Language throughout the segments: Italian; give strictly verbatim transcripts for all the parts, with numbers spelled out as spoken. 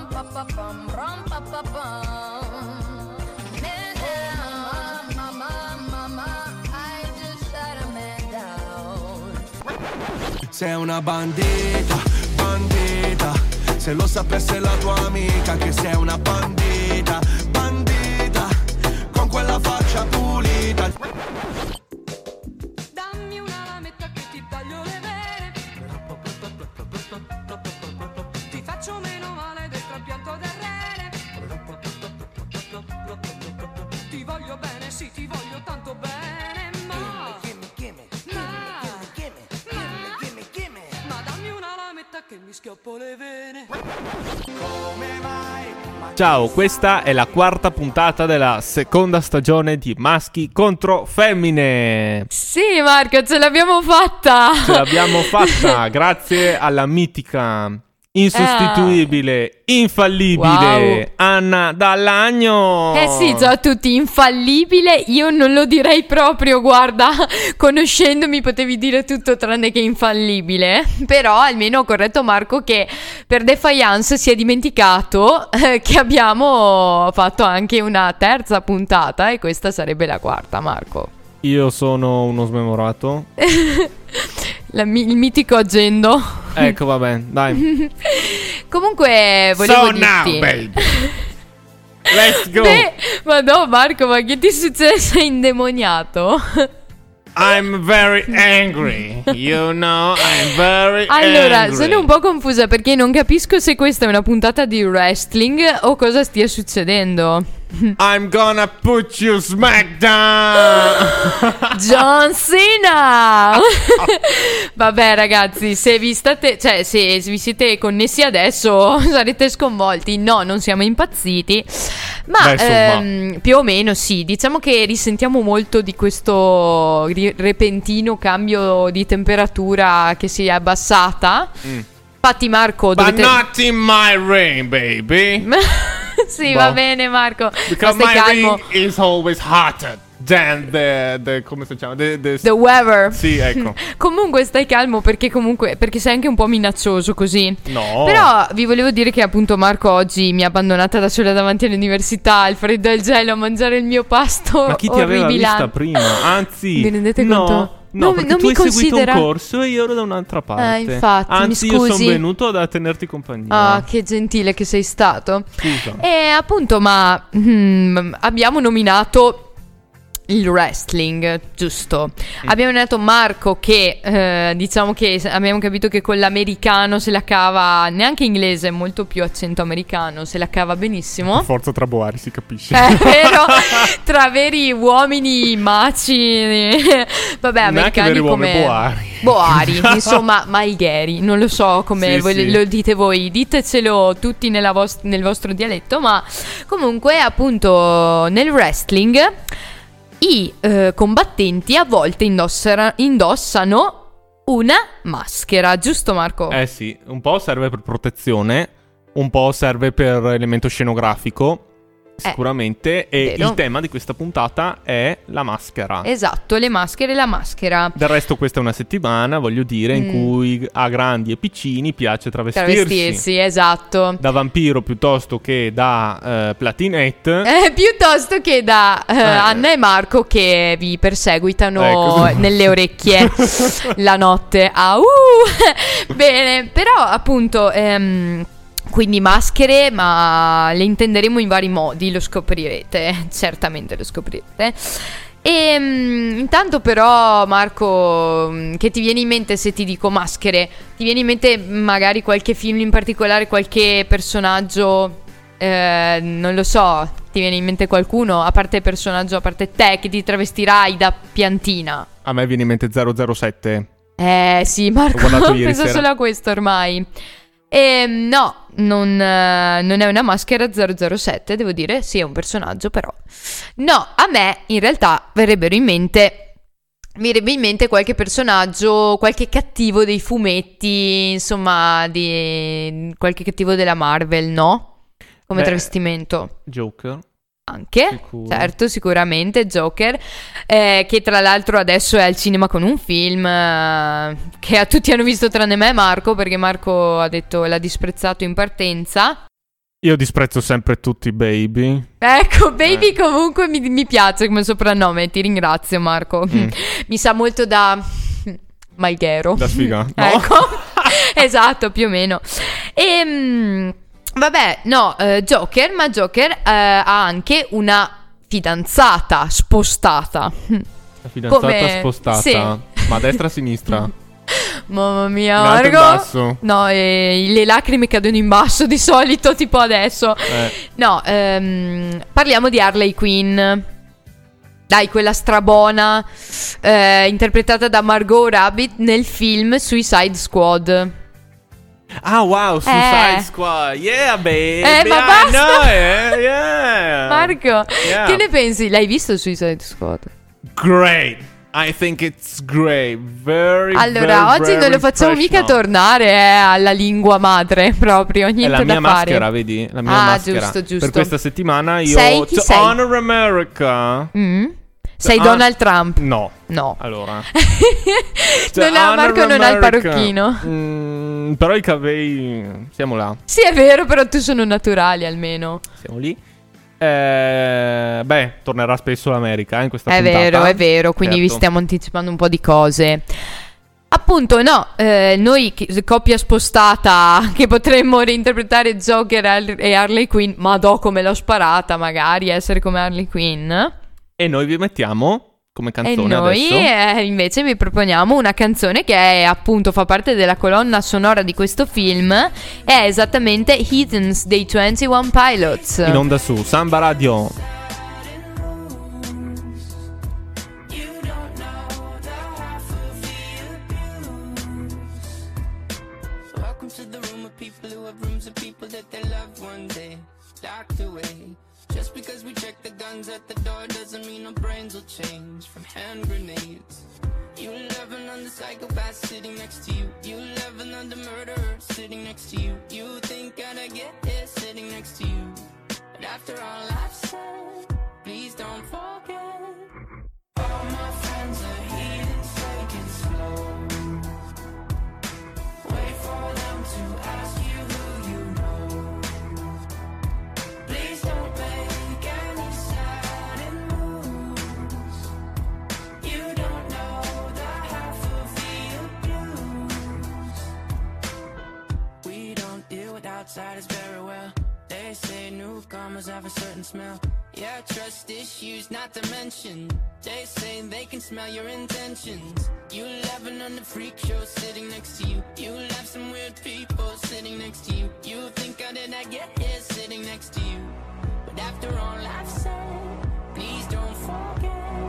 rum pa pa pum, rum pa pa pum. Mama, mama, mama, I just shut a man down. Sei una bandita, bandita. Se lo sapesse la tua amica che sei una bandita, bandita. Con quella faccia pulita. Dammi una lametta che ti taglio le vene. Ti faccio meno male del trapianto del rene. Ti voglio bene, sì, ti voglio tanto bene. Ma gimme, gimme, gimme, gimme, gimme, gimme, gimme. Ma dammi una lametta che mi schioppo le vene. Come mai? Ciao, questa è la quarta puntata della seconda stagione di Maschi contro Femmine. Sì, Marco, ce l'abbiamo fatta. Ce l'abbiamo fatta grazie alla mitica, insostituibile, infallibile Wow. Anna Dall'Agno. Eh sì, ciao a tutti, infallibile, io non lo direi proprio, guarda, conoscendomi potevi dire tutto tranne che infallibile, però almeno ho corretto Marco che per Defiance si è dimenticato eh, che abbiamo fatto anche una terza puntata e questa sarebbe la quarta, Marco. Io sono uno smemorato. La mi- il mitico agendo. Ecco, vabbè, dai. Comunque volevo So now, dirti baby. Let's go. Beh, ma no Marco, ma che ti succede? Sei indemoniato? I'm very angry. You know, I'm very Allora, angry. sono un po' confusa perché non capisco se questa è una puntata di wrestling o cosa stia succedendo. I'm gonna put you smackdown. John Cena! Vabbè ragazzi, se vi state, cioè se vi siete connessi adesso sarete sconvolti. No, non siamo impazziti. Ma Beh, insomma. ehm, più o meno sì, diciamo che risentiamo molto di questo ri- repentino cambio di temperatura che si è abbassata. Mm. Infatti Marco But dovete... not in my ring, baby. Sì, Boh. va bene Marco, Because ma my stai calmo. ring is always hotter than the, the come si chiama? The, the, The weather. Sì, ecco. Comunque stai calmo perché comunque perché sei anche un po' minaccioso così. No. Però vi volevo dire che appunto Marco oggi mi ha abbandonata da sola davanti all'università, il freddo e il gelo, a mangiare il mio pasto. Ma chi ti aveva orribilante. vista prima? Anzi, Vi rendete no, conto? No, Non- perché non tu mi hai seguito considera- un corso e io ero da un'altra parte. Eh, infatti, mi Anzi, io sono scusi. venuto da tenerti compagnia. Ah, che gentile che sei stato. Scusa. E appunto, ma hmm, abbiamo nominato il wrestling, giusto? Mm. Abbiamo nominato Marco che eh, diciamo che abbiamo capito che con l'americano se la cava, neanche inglese, molto più accento americano, se la cava benissimo. Forza tra boari, si capisce. È vero, tra veri uomini maci, vabbè, Neanche americani veri uomini come boari. boari, insomma, malgheri, non lo so come Sì, voi- sì. lo dite voi, ditecelo tutti nella vos- nel vostro dialetto, ma comunque appunto nel wrestling i eh, combattenti a volte indossera- indossano una maschera, giusto Marco? Eh sì, un po' serve per protezione, un po' serve per elemento scenografico, sicuramente. E vero. il tema di questa puntata è la maschera. Esatto, le maschere e la maschera. Del resto questa è una settimana, voglio dire, in Mm. cui a grandi e piccini piace travestirsi. Travestirsi, esatto. Da vampiro piuttosto che da eh, platinette. Eh, piuttosto che da eh, Eh. Anna e Marco che vi perseguitano Ecco, sì. nelle orecchie la notte. Ah, uh! Bene, però appunto ehm, quindi maschere, ma le intenderemo in vari modi, lo scoprirete, certamente lo scoprirete. E mm, intanto però Marco, mm, che ti viene in mente se ti dico maschere? Ti viene in mente magari qualche film in particolare, qualche personaggio? Eh, non lo so, ti viene in mente qualcuno, a parte il personaggio, a parte te, che ti travestirai da piantina? A me viene in mente zero zero sette. Eh sì, Marco, L'ho guardato ieri penso sera. solo a questo ormai. Ehm, no, non, eh, non è una maschera zero zero sette, devo dire, sì, è un personaggio però. No, a me in realtà verrebbero in mente... Mi verrebbe in mente qualche personaggio, qualche cattivo dei fumetti, insomma, di qualche cattivo della Marvel, no? Come Beh, travestimento. Joker. Anche, Sicuro. certo, sicuramente Joker, eh, che tra l'altro adesso è al cinema con un film eh, che a tutti hanno visto tranne me e Marco, perché Marco ha detto l'ha disprezzato in partenza. Io disprezzo sempre tutti, baby. Ecco, baby Eh. comunque mi, mi piace come soprannome. Ti ringrazio, Marco. Mm. Mi sa molto da Malghero. Da sfiga, no? Ecco, esatto, più o meno. E vabbè, no, eh, Joker, ma Joker eh, ha anche una fidanzata spostata. La fidanzata Come- spostata. sì. Ma a destra o a sinistra? Mamma mia, In alto e in Marco. basso? No, e le lacrime cadono in basso di solito, tipo adesso. Eh. No, ehm, parliamo di Harley Quinn. Dai, quella strabona, eh, interpretata da Margot Rabbit nel film Suicide Squad. Ah, wow, Suicide Eh. Squad. Yeah, baby. Eh, ma I basta. know it, yeah. Marco, Yeah. che ne pensi? L'hai visto Suicide Squad? Great. I think it's great. Very, Allora, very, oggi non very lo facciamo mica professional. tornare eh, alla lingua madre, proprio, niente È la mia da maschera, fare. vedi? La mia Ah, maschera. giusto, giusto. Per questa settimana io Sei? Chi To sei? Honor America. Mm? Sei Ah, Donald Trump? No. No. Allora. Non ha- Marco non ha il parrucchino. Mm, però i capelli. Siamo là. Sì, è vero, però tu sono naturali almeno. Siamo lì. Eh, beh, tornerà spesso l'America eh, in questa È puntata. vero, è vero, quindi vi Certo. stiamo anticipando un po' di cose. Appunto, no, eh, noi che- coppia spostata che potremmo reinterpretare Joker Har- e Harley Quinn, ma do come l'ho sparata magari essere come Harley Quinn. E noi vi mettiamo come E canzone noi adesso. eh, invece vi proponiamo una canzone che è appunto fa parte della colonna sonora di questo film. È esattamente Heathens dei twenty-one Pilots. In onda su Samba Radio. Welcome to the room of people who have rooms of people that they loved one day locked away. Just because we check the guns at the door doesn't mean our brains will change from hand grenades. You love another psychopath sitting next to you. You love another murderer sitting next to you. You think I'd get here sitting next to you. But after all I've said, please don't forget. All my friends are heathens, take it slow. Wait for them to ask you who you know. Please don't make any sudden moves. You don't know the half of the abuse. We don't deal with outsiders very well. They say newcomers have a certain smell. Yeah, trust issues not to mention. They say they can smell your intentions. You laughing on the freak show sitting next to you. You laugh some weird people sitting next to you. You think how did I get here sitting next to you? But after all I've said, please don't forget.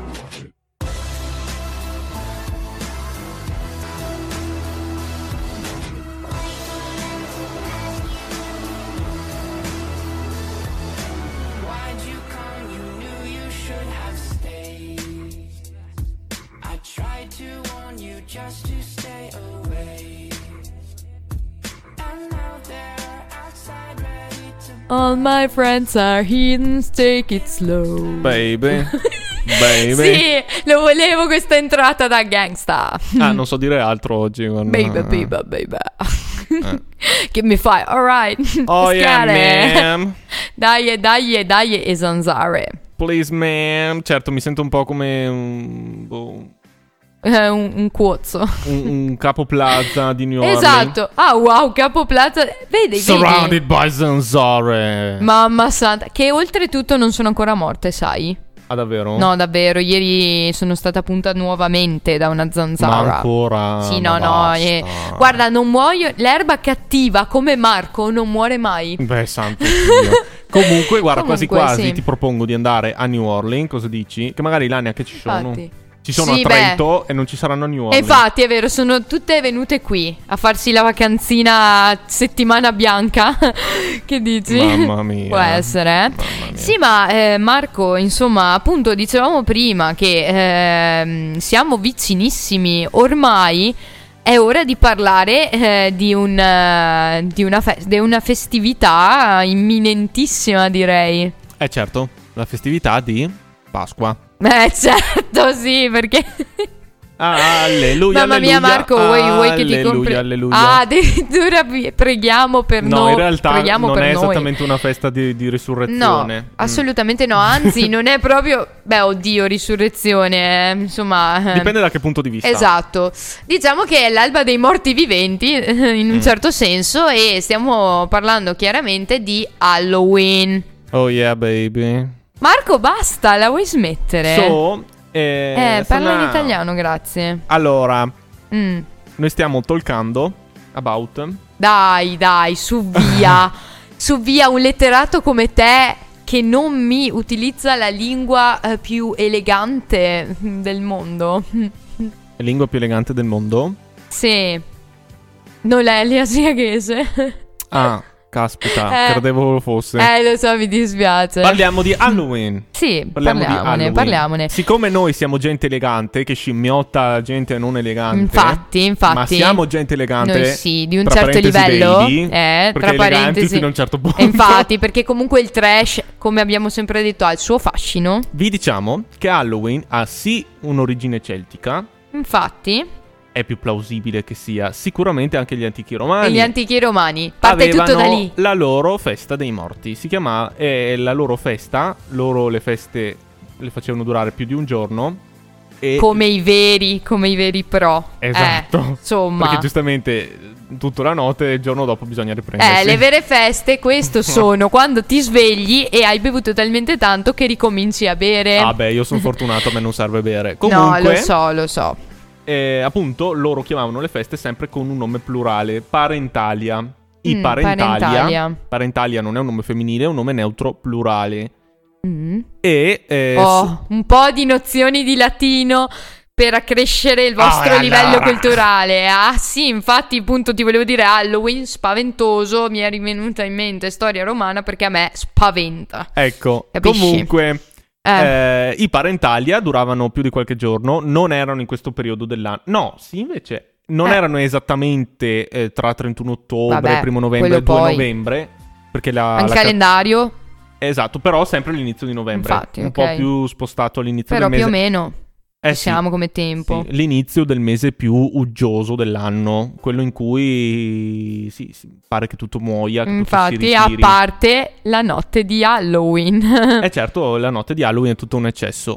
Why'd you come? You knew you should have stayed. I tried to warn you just to stay away. And now they're outside ready to All my friends are heathens, take it slow. Baby. Baby. Sì, lo volevo questa entrata da gangsta. Ah, non so dire altro oggi. Con... Baby, baby, baby. Che mi fai? Alright. Oh yeah, Scale. ma'am. Dai, dai, dai, e zanzare. Please, ma'am. Certo, mi sento un po' come un, boh, Eh, un, un cuozzo. un, un capo plaza di New Orleans. Esatto. Ah, wow, Capo Plaza. Vedi, Surrounded vedi. by zanzare. Mamma santa. Che oltretutto non sono ancora morte, sai? Ah, davvero? No, davvero. Ieri sono stata punta nuovamente da una zanzara. Ma ancora? Sì, Ma no, no. basta. eh. Guarda, non muoio. L'erba cattiva come Marco non muore mai. Beh, santo Dio. Comunque, guarda, quasi Comunque, quasi sì. ti propongo di andare a New Orleans. Cosa dici? Che magari là neanche ci sono. Infatti. Ci sono Sì, a Trento e non ci saranno a New E Orleans. infatti è vero, sono tutte venute qui a farsi la vacanzina settimana bianca. Che dici? Mamma mia. Può essere, eh? Mamma mia. Sì, ma eh, Marco, insomma, appunto dicevamo prima che ehm, siamo vicinissimi. Ormai è ora di parlare eh, di, un, eh, di, una fe- di una festività imminentissima, direi. Eh certo, la festività di Pasqua. Eh certo, sì, perché Ah, alleluia, Mamma mia, alleluia, Marco, vuoi, vuoi che ti alleluia, compri? alleluia. Ah, addirittura vi- preghiamo per No, noi. in realtà preghiamo non per è noi. esattamente una festa di, di No, risurrezione. Mm. assolutamente no. Anzi, non è proprio. Beh, oddio, risurrezione. eh, Insomma. eh, Dipende da che punto di vista. Esatto. Diciamo che è l'alba dei morti viventi, eh, in un Mm. certo senso, e stiamo parlando chiaramente di Halloween. Oh yeah, baby. Marco, basta, la vuoi smettere? So, eh, eh, parla in sono- italiano, grazie. Allora, Mm. noi stiamo talkando about Dai, dai, su via. Su via, un letterato come te che non mi utilizza la lingua eh, più elegante del mondo. la lingua più elegante del mondo. Sì. Non è l'asiaghese. Ah, caspita, Eh. credevo lo fosse. Eh, lo so, mi dispiace. Parliamo di Halloween. Sì, Parliamo di parliamone, Halloween. parliamone. Siccome noi siamo gente elegante, che scimmiotta gente non elegante. Infatti, infatti. Ma siamo gente elegante. Noi sì, di un tra certo parentesi livello. baby, eh, perché tra eleganti parentesi. fino a un certo punto. E infatti, perché comunque il trash, come abbiamo sempre detto, ha il suo fascino. Vi diciamo che Halloween ha sì un'origine celtica. Infatti, È più plausibile che sia sicuramente anche gli antichi romani. e gli antichi romani. Parte avevano tutto da lì. la loro festa dei morti. Si chiama eh, la loro festa. Loro le feste le facevano durare più di un giorno. E Come i veri, come i veri pro. Esatto. Eh, insomma. Perché giustamente tutta la notte e il giorno dopo bisogna riprendersi. Eh, le vere feste, questo sono quando ti svegli e hai bevuto talmente tanto che ricominci a bere. Ah beh, io sono fortunato, a me non serve bere. Comunque, No, lo so, lo so. eh, appunto, loro chiamavano le feste sempre con un nome plurale, parentalia. I Mm, parentalia, parentalia. parentalia non è un nome femminile, è un nome neutro plurale. Mm. E eh, Oh, un po' di nozioni di latino per accrescere il vostro Ah, livello allora. culturale. Ah sì, infatti appunto ti volevo dire Halloween spaventoso, mi è rivenuta in mente storia romana perché a me spaventa. ecco, Capisci? comunque Eh, eh, i parentalia duravano più di qualche giorno, non erano in questo periodo dell'anno. No, sì, invece non Eh. erano esattamente eh, tra trentuno ottobre, Vabbè, primo novembre quello e due poi. novembre, perché la, anche la ca- calendario, esatto, però sempre all'inizio di novembre, Infatti, un ok. po' più spostato all'inizio però del più mese. o meno Eh ci sì, siamo come tempo. sì, l'inizio del mese più uggioso dell'anno, quello in cui sì, sì, pare che tutto muoia, che tutto si Infatti, a ritiri. parte la notte di Halloween. Eh certo, la notte di Halloween è tutto un eccesso.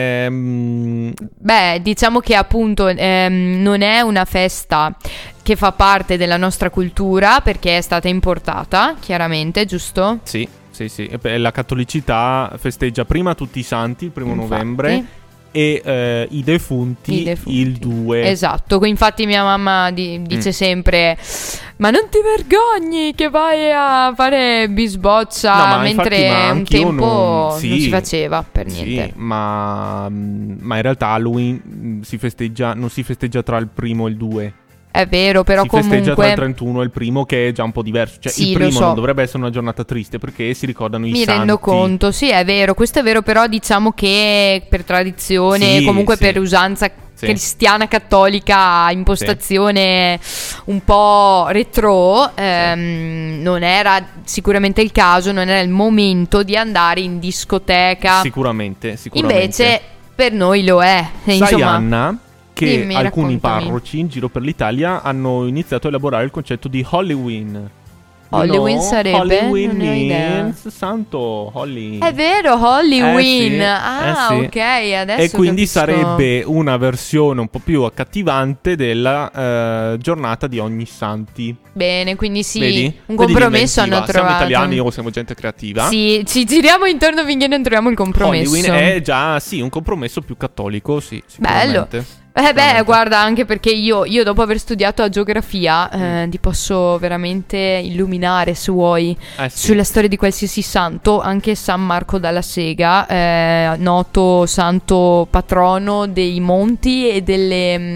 Ehm, Beh, diciamo che appunto ehm, non è una festa che fa parte della nostra cultura perché è stata importata, chiaramente, giusto? sì, sì, sì. E beh, la cattolicità festeggia prima tutti i santi, il primo Infatti. novembre, e eh, i, defunti I defunti. il due. Esatto, infatti mia mamma di- dice Mm. sempre: ma non ti vergogni che vai a fare bisboccia, No, ma mentre infatti, ma un anch'io tempo non- non, sì. si faceva per Sì, niente. ma, ma in realtà Halloween mm, si festeggia, non si festeggia tra il primo e il due. È vero, però si festeggia tra il comunque trentuno e il primo, che è già un po' diverso. Cioè, Sì, il lo primo so. non dovrebbe essere una giornata triste perché si ricordano i mi santi. rendo conto, sì, è vero, questo è vero, però diciamo che per tradizione, Sì, comunque sì. per usanza Sì. cristiana cattolica, impostazione un po' retro, ehm, non era sicuramente il caso, non era il momento di andare in discoteca. Sicuramente, sicuramente. Invece per noi lo è. E Sai, insomma, Anna, che dimmi, alcuni raccontami. parroci in giro per l'Italia hanno iniziato a elaborare il concetto di Halloween. Halloween No, sarebbe? Halloween Non ne ho idea. means santo, Holly. è vero, Halloween. Eh sì, Ah, eh sì. ok, adesso E quindi capisco. sarebbe una versione un po' più accattivante della eh, giornata di ogni santi. Bene, quindi sì, Vedi? un Vedi compromesso l'inventiva. hanno trovato. Siamo italiani o siamo gente creativa. Sì, ci giriamo intorno finché non troviamo il compromesso. Halloween è già, sì, un compromesso più cattolico, sì, Bello. sicuramente. Eh beh, Sicuramente. guarda, anche perché io, io dopo aver studiato a geografia eh, ti posso veramente illuminare, se vuoi, Eh sì. sulla storia di qualsiasi santo, anche San Marco dalla Sega, eh, noto santo patrono dei monti e delle, mm,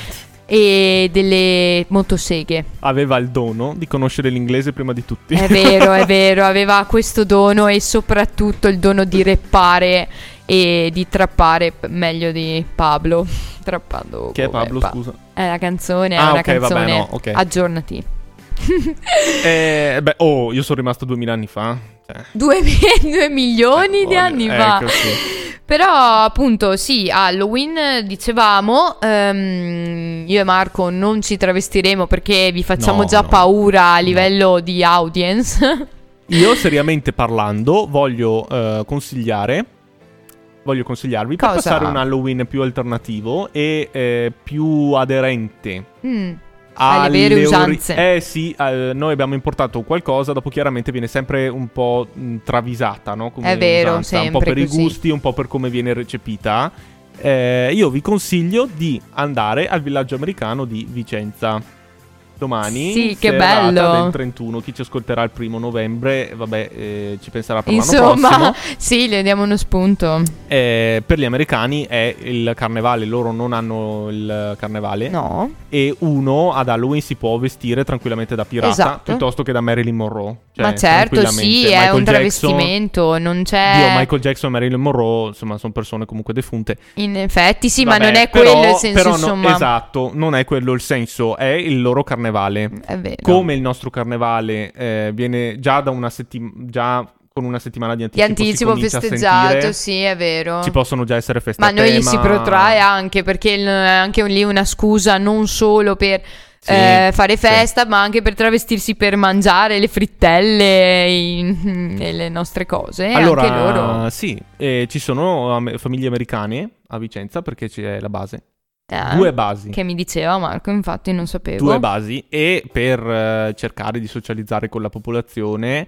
e delle motoseghe. Aveva il dono di conoscere l'inglese prima di tutti. È vero, è vero, aveva questo dono e soprattutto il dono di reppare e di trappare p- meglio di Pablo. Trappando Chi è come Pablo, Pa- scusa? È la canzone, è Ah, una ok, vabbè, canzone. no, ok. Aggiornati. Eh, beh, oh, io sono rimasto duemila anni fa. Cioè, Due, mi- due milioni di ecco, anni ecco, fa. sì. Però appunto sì, Halloween dicevamo, ehm, io e Marco non ci travestiremo perché vi facciamo No, già no, paura a no. livello di audience. Io, seriamente parlando, voglio eh, consigliare. Voglio consigliarvi per Cosa? passare un Halloween più alternativo e eh, più aderente Mm, alle vere ori- usanze. Eh sì, eh, noi abbiamo importato qualcosa, dopo chiaramente viene sempre un po' mh, travisata, no? Come È vero, usanza, un po' sempre per i così. gusti, un po' per come viene recepita. Eh, io vi consiglio di andare al villaggio americano di Vicenza. Domani, Sì, che serata bello. del trentuno. Chi ci ascolterà il primo novembre, vabbè, eh, ci penserà per l'anno Insomma, prossimo. sì, le diamo uno spunto. Eh, per gli americani è il carnevale, loro non hanno il carnevale. No. E uno ad Halloween si può vestire tranquillamente da pirata Esatto. piuttosto che da Marilyn Monroe. Cioè, Ma certo, tranquillamente. sì, è Michael un Jackson- travestimento, non c'è... Dio, Michael Jackson e Marilyn Monroe, insomma, sono persone comunque defunte. In effetti sì, Vabbè, ma non è però- quello il senso, però no, insomma. esatto, non è quello il senso, è il loro carnevale. È vero. Come il nostro carnevale eh, viene già da una settimana, già con una settimana di Di anticipo, si anticipo comincia a festeggiato, sentire, sì, è vero. ci possono già essere feste Ma a noi tema. si protrae anche perché il- è anche un- lì una scusa non solo per Sì, eh, fare sì. festa, ma anche per travestirsi per mangiare le frittelle i- e le nostre cose. E Allora, anche loro. sì, eh, ci sono am- famiglie americane a Vicenza perché c'è la base. Eh, Due basi. Che mi diceva Marco, infatti non sapevo. Due basi e per eh, cercare di socializzare con la popolazione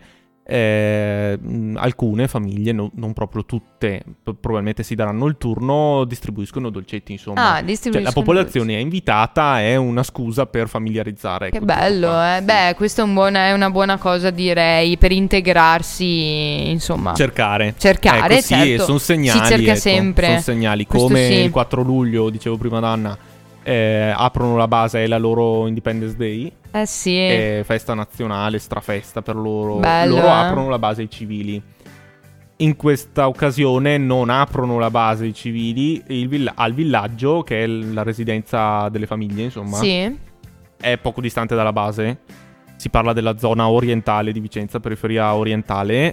eh, mh, alcune famiglie, no- non proprio tutte, p- probabilmente si daranno il turno, distribuiscono dolcetti, insomma. Ah, Cioè, distribuiscono la popolazione è invitata, è una scusa per familiarizzare. Che ecco, tutto bello, qua. eh. Beh, questa è, un buona- è una buona cosa, direi, per integrarsi, insomma. Cercare. Cercare, ecco, sì, certo. sono segnali. Si cerca ecco, sempre. Sono segnali. Questo Come sì. il quattro luglio, dicevo prima Danna, eh, aprono la base, è la loro Independence Day. Eh sì. È festa nazionale, strafesta per loro. Bello, loro eh. aprono la base ai civili. In questa occasione non aprono la base ai civili il vill- al villaggio, che è l- la residenza delle famiglie, insomma. Sì. È poco distante dalla base. Si parla della zona orientale di Vicenza, periferia orientale.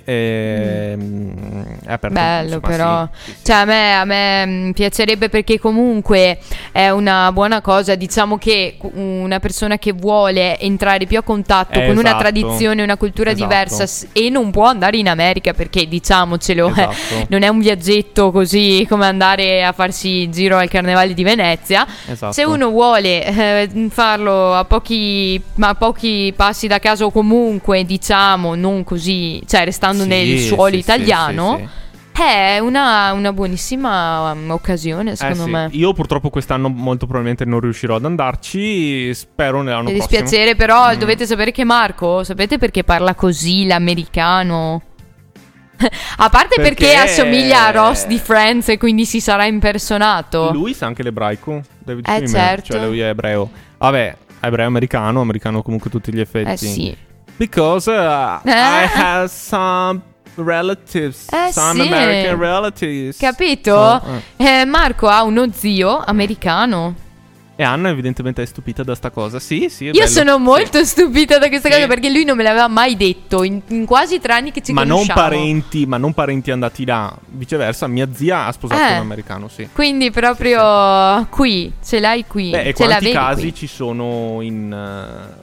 ehm, È aperto. Bello, insomma, però. sì, sì, sì. Cioè, a me, a me mh, piacerebbe perché comunque è una buona cosa. Diciamo che una persona che vuole entrare più a contatto Eh, con una esatto. tradizione, una cultura Esatto. diversa s- e non può andare in America perché, diciamocelo, eh, Esatto. non è un viaggetto così come andare a farsi il giro al Carnevale di Venezia. Esatto. Se uno vuole eh, farlo a pochi, ma a pochi passi da casa o comunque, diciamo, non così, cioè restando Sì, nel suolo sì, italiano, sì, sì. è una, una buonissima um, occasione, Eh secondo sì. me. Io purtroppo quest'anno molto probabilmente non riuscirò ad andarci. Spero nell'anno Mi prossimo. dispiacere, però Mm. dovete sapere che Marco, sapete perché parla così l'americano? A parte perché... Perché- assomiglia a Ross di Friends e quindi si sarà impersonato. Lui sa anche l'ebraico. David Eh, Schwimmer, certo. Cioè lui è ebreo. Vabbè, è ebreo americano, americano comunque a tutti gli effetti. Eh sì. Because uh, Eh? I have some relatives, Eh, some sì. American relatives. Capito? So, eh. Eh, Marco ha uno zio americano. E Anna evidentemente è stupita da sta cosa. Sì, sì, è Io bello. sono molto Sì. stupita da questa Sì. cosa perché lui non me l'aveva mai detto in, in quasi tre anni che ci Ma non conosciamo. parenti, ma non parenti andati là. Viceversa, mia zia ha sposato Eh. un americano, sì. Quindi proprio qui, ce l'hai qui. Beh, e ce quanti l'avevi casi qui. ci sono in uh,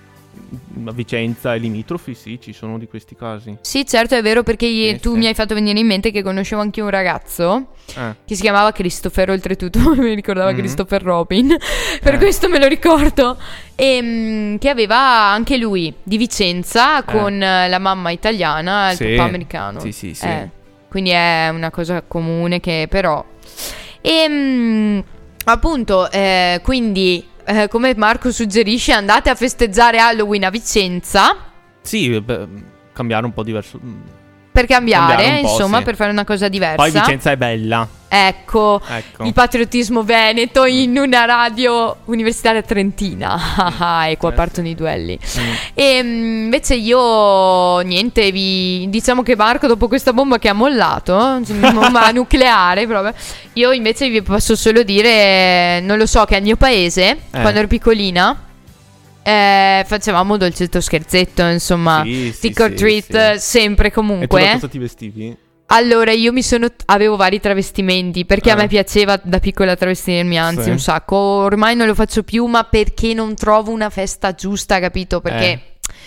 a Vicenza e limitrofi? Sì, ci sono di questi casi. Sì, certo, è vero perché Sì, tu sì. mi hai fatto venire in mente che conoscevo anche un ragazzo Eh. che si chiamava Christopher, oltretutto mi ricordava Mhm. Christopher Robin, per Eh. questo me lo ricordo, e, mm, che aveva anche lui di Vicenza con eh, la mamma italiana e il Sì. papà americano. Sì, sì, sì. Eh, quindi è una cosa comune che però... E mm, appunto, eh, quindi eh, come Marco suggerisce, andate a festeggiare Halloween a Vicenza. Sì, beh, cambiare un po' diverso. Per cambiare, Cambiare un po', insomma, sì. per fare una cosa diversa. Poi Vicenza è bella. Ecco, Ecco. il patriottismo veneto in una radio universitaria trentina. Ah, e qua Eh, partono i duelli. Mm. E mm, invece io, niente, vi diciamo che Marco, dopo questa bomba che ha mollato, una bomba nucleare proprio, io invece vi posso solo dire, non lo so, che al mio paese, quando ero piccolina, eh, facevamo dolcetto scherzetto, insomma, Sì, sì, trick or sì, treat, sì. sempre E tu da comunque. cosa ti vestivi? Allora, io mi sono avevo vari travestimenti perché Eh. a me piaceva da piccola travestirmi, anzi Sì. un sacco. Ormai non lo faccio più, ma perché non trovo una festa giusta, capito? Perché Eh.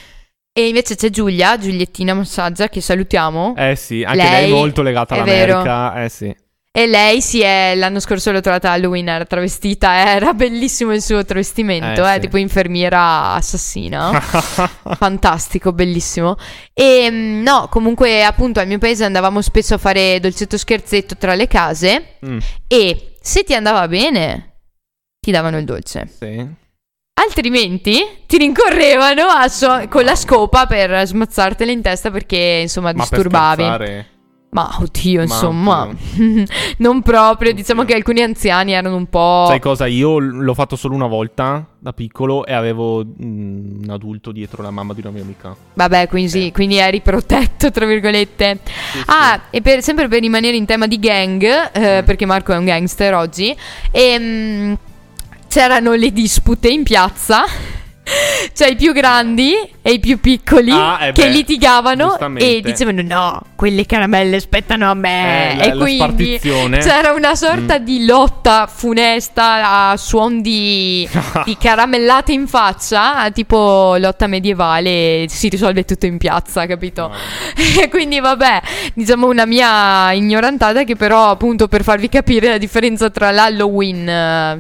E invece c'è Giulia, Giuliettina Massaggia, che salutiamo. Eh sì, anche Lei- lei, è molto legata è all'America. Eh sì. E lei si è, l'anno scorso l'ho trovata a Halloween, era travestita, era bellissimo il suo travestimento, Eh, eh, sì. tipo infermiera assassina. Fantastico, bellissimo. E mm, no, comunque appunto al mio paese andavamo spesso a fare dolcetto scherzetto tra le case Mm, e se ti andava bene ti davano il dolce. sì. Altrimenti ti rincorrevano a suo- con la scopa per smazzartela in testa perché insomma Ma per disturbavi. scherzare? Ma oddio, Ma insomma, oddio. non proprio. Diciamo Oddio. che alcuni anziani erano un po'. Sai cosa? Io l- l'ho fatto solo una volta da piccolo e avevo mm, un adulto dietro la mamma di una mia amica. Vabbè, quindi, sì, Eh. quindi eri protetto, tra virgolette. Sì, Ah, e per- sempre per rimanere in tema di gang, eh, Mm. perché Marco è un gangster oggi, ehm, c'erano le dispute in piazza. Cioè i più grandi e i più piccoli Ah, eh che beh, litigavano giustamente. e dicevano no, quelle caramelle spettano a me. Eh, la- e la quindi spartizione. c'era una sorta Mm. di lotta funesta a suon di, di caramellate in faccia, tipo lotta medievale, si risolve tutto in piazza, capito? E quindi vabbè, diciamo una mia ignorantata che però appunto per farvi capire la differenza tra l'Halloween eh,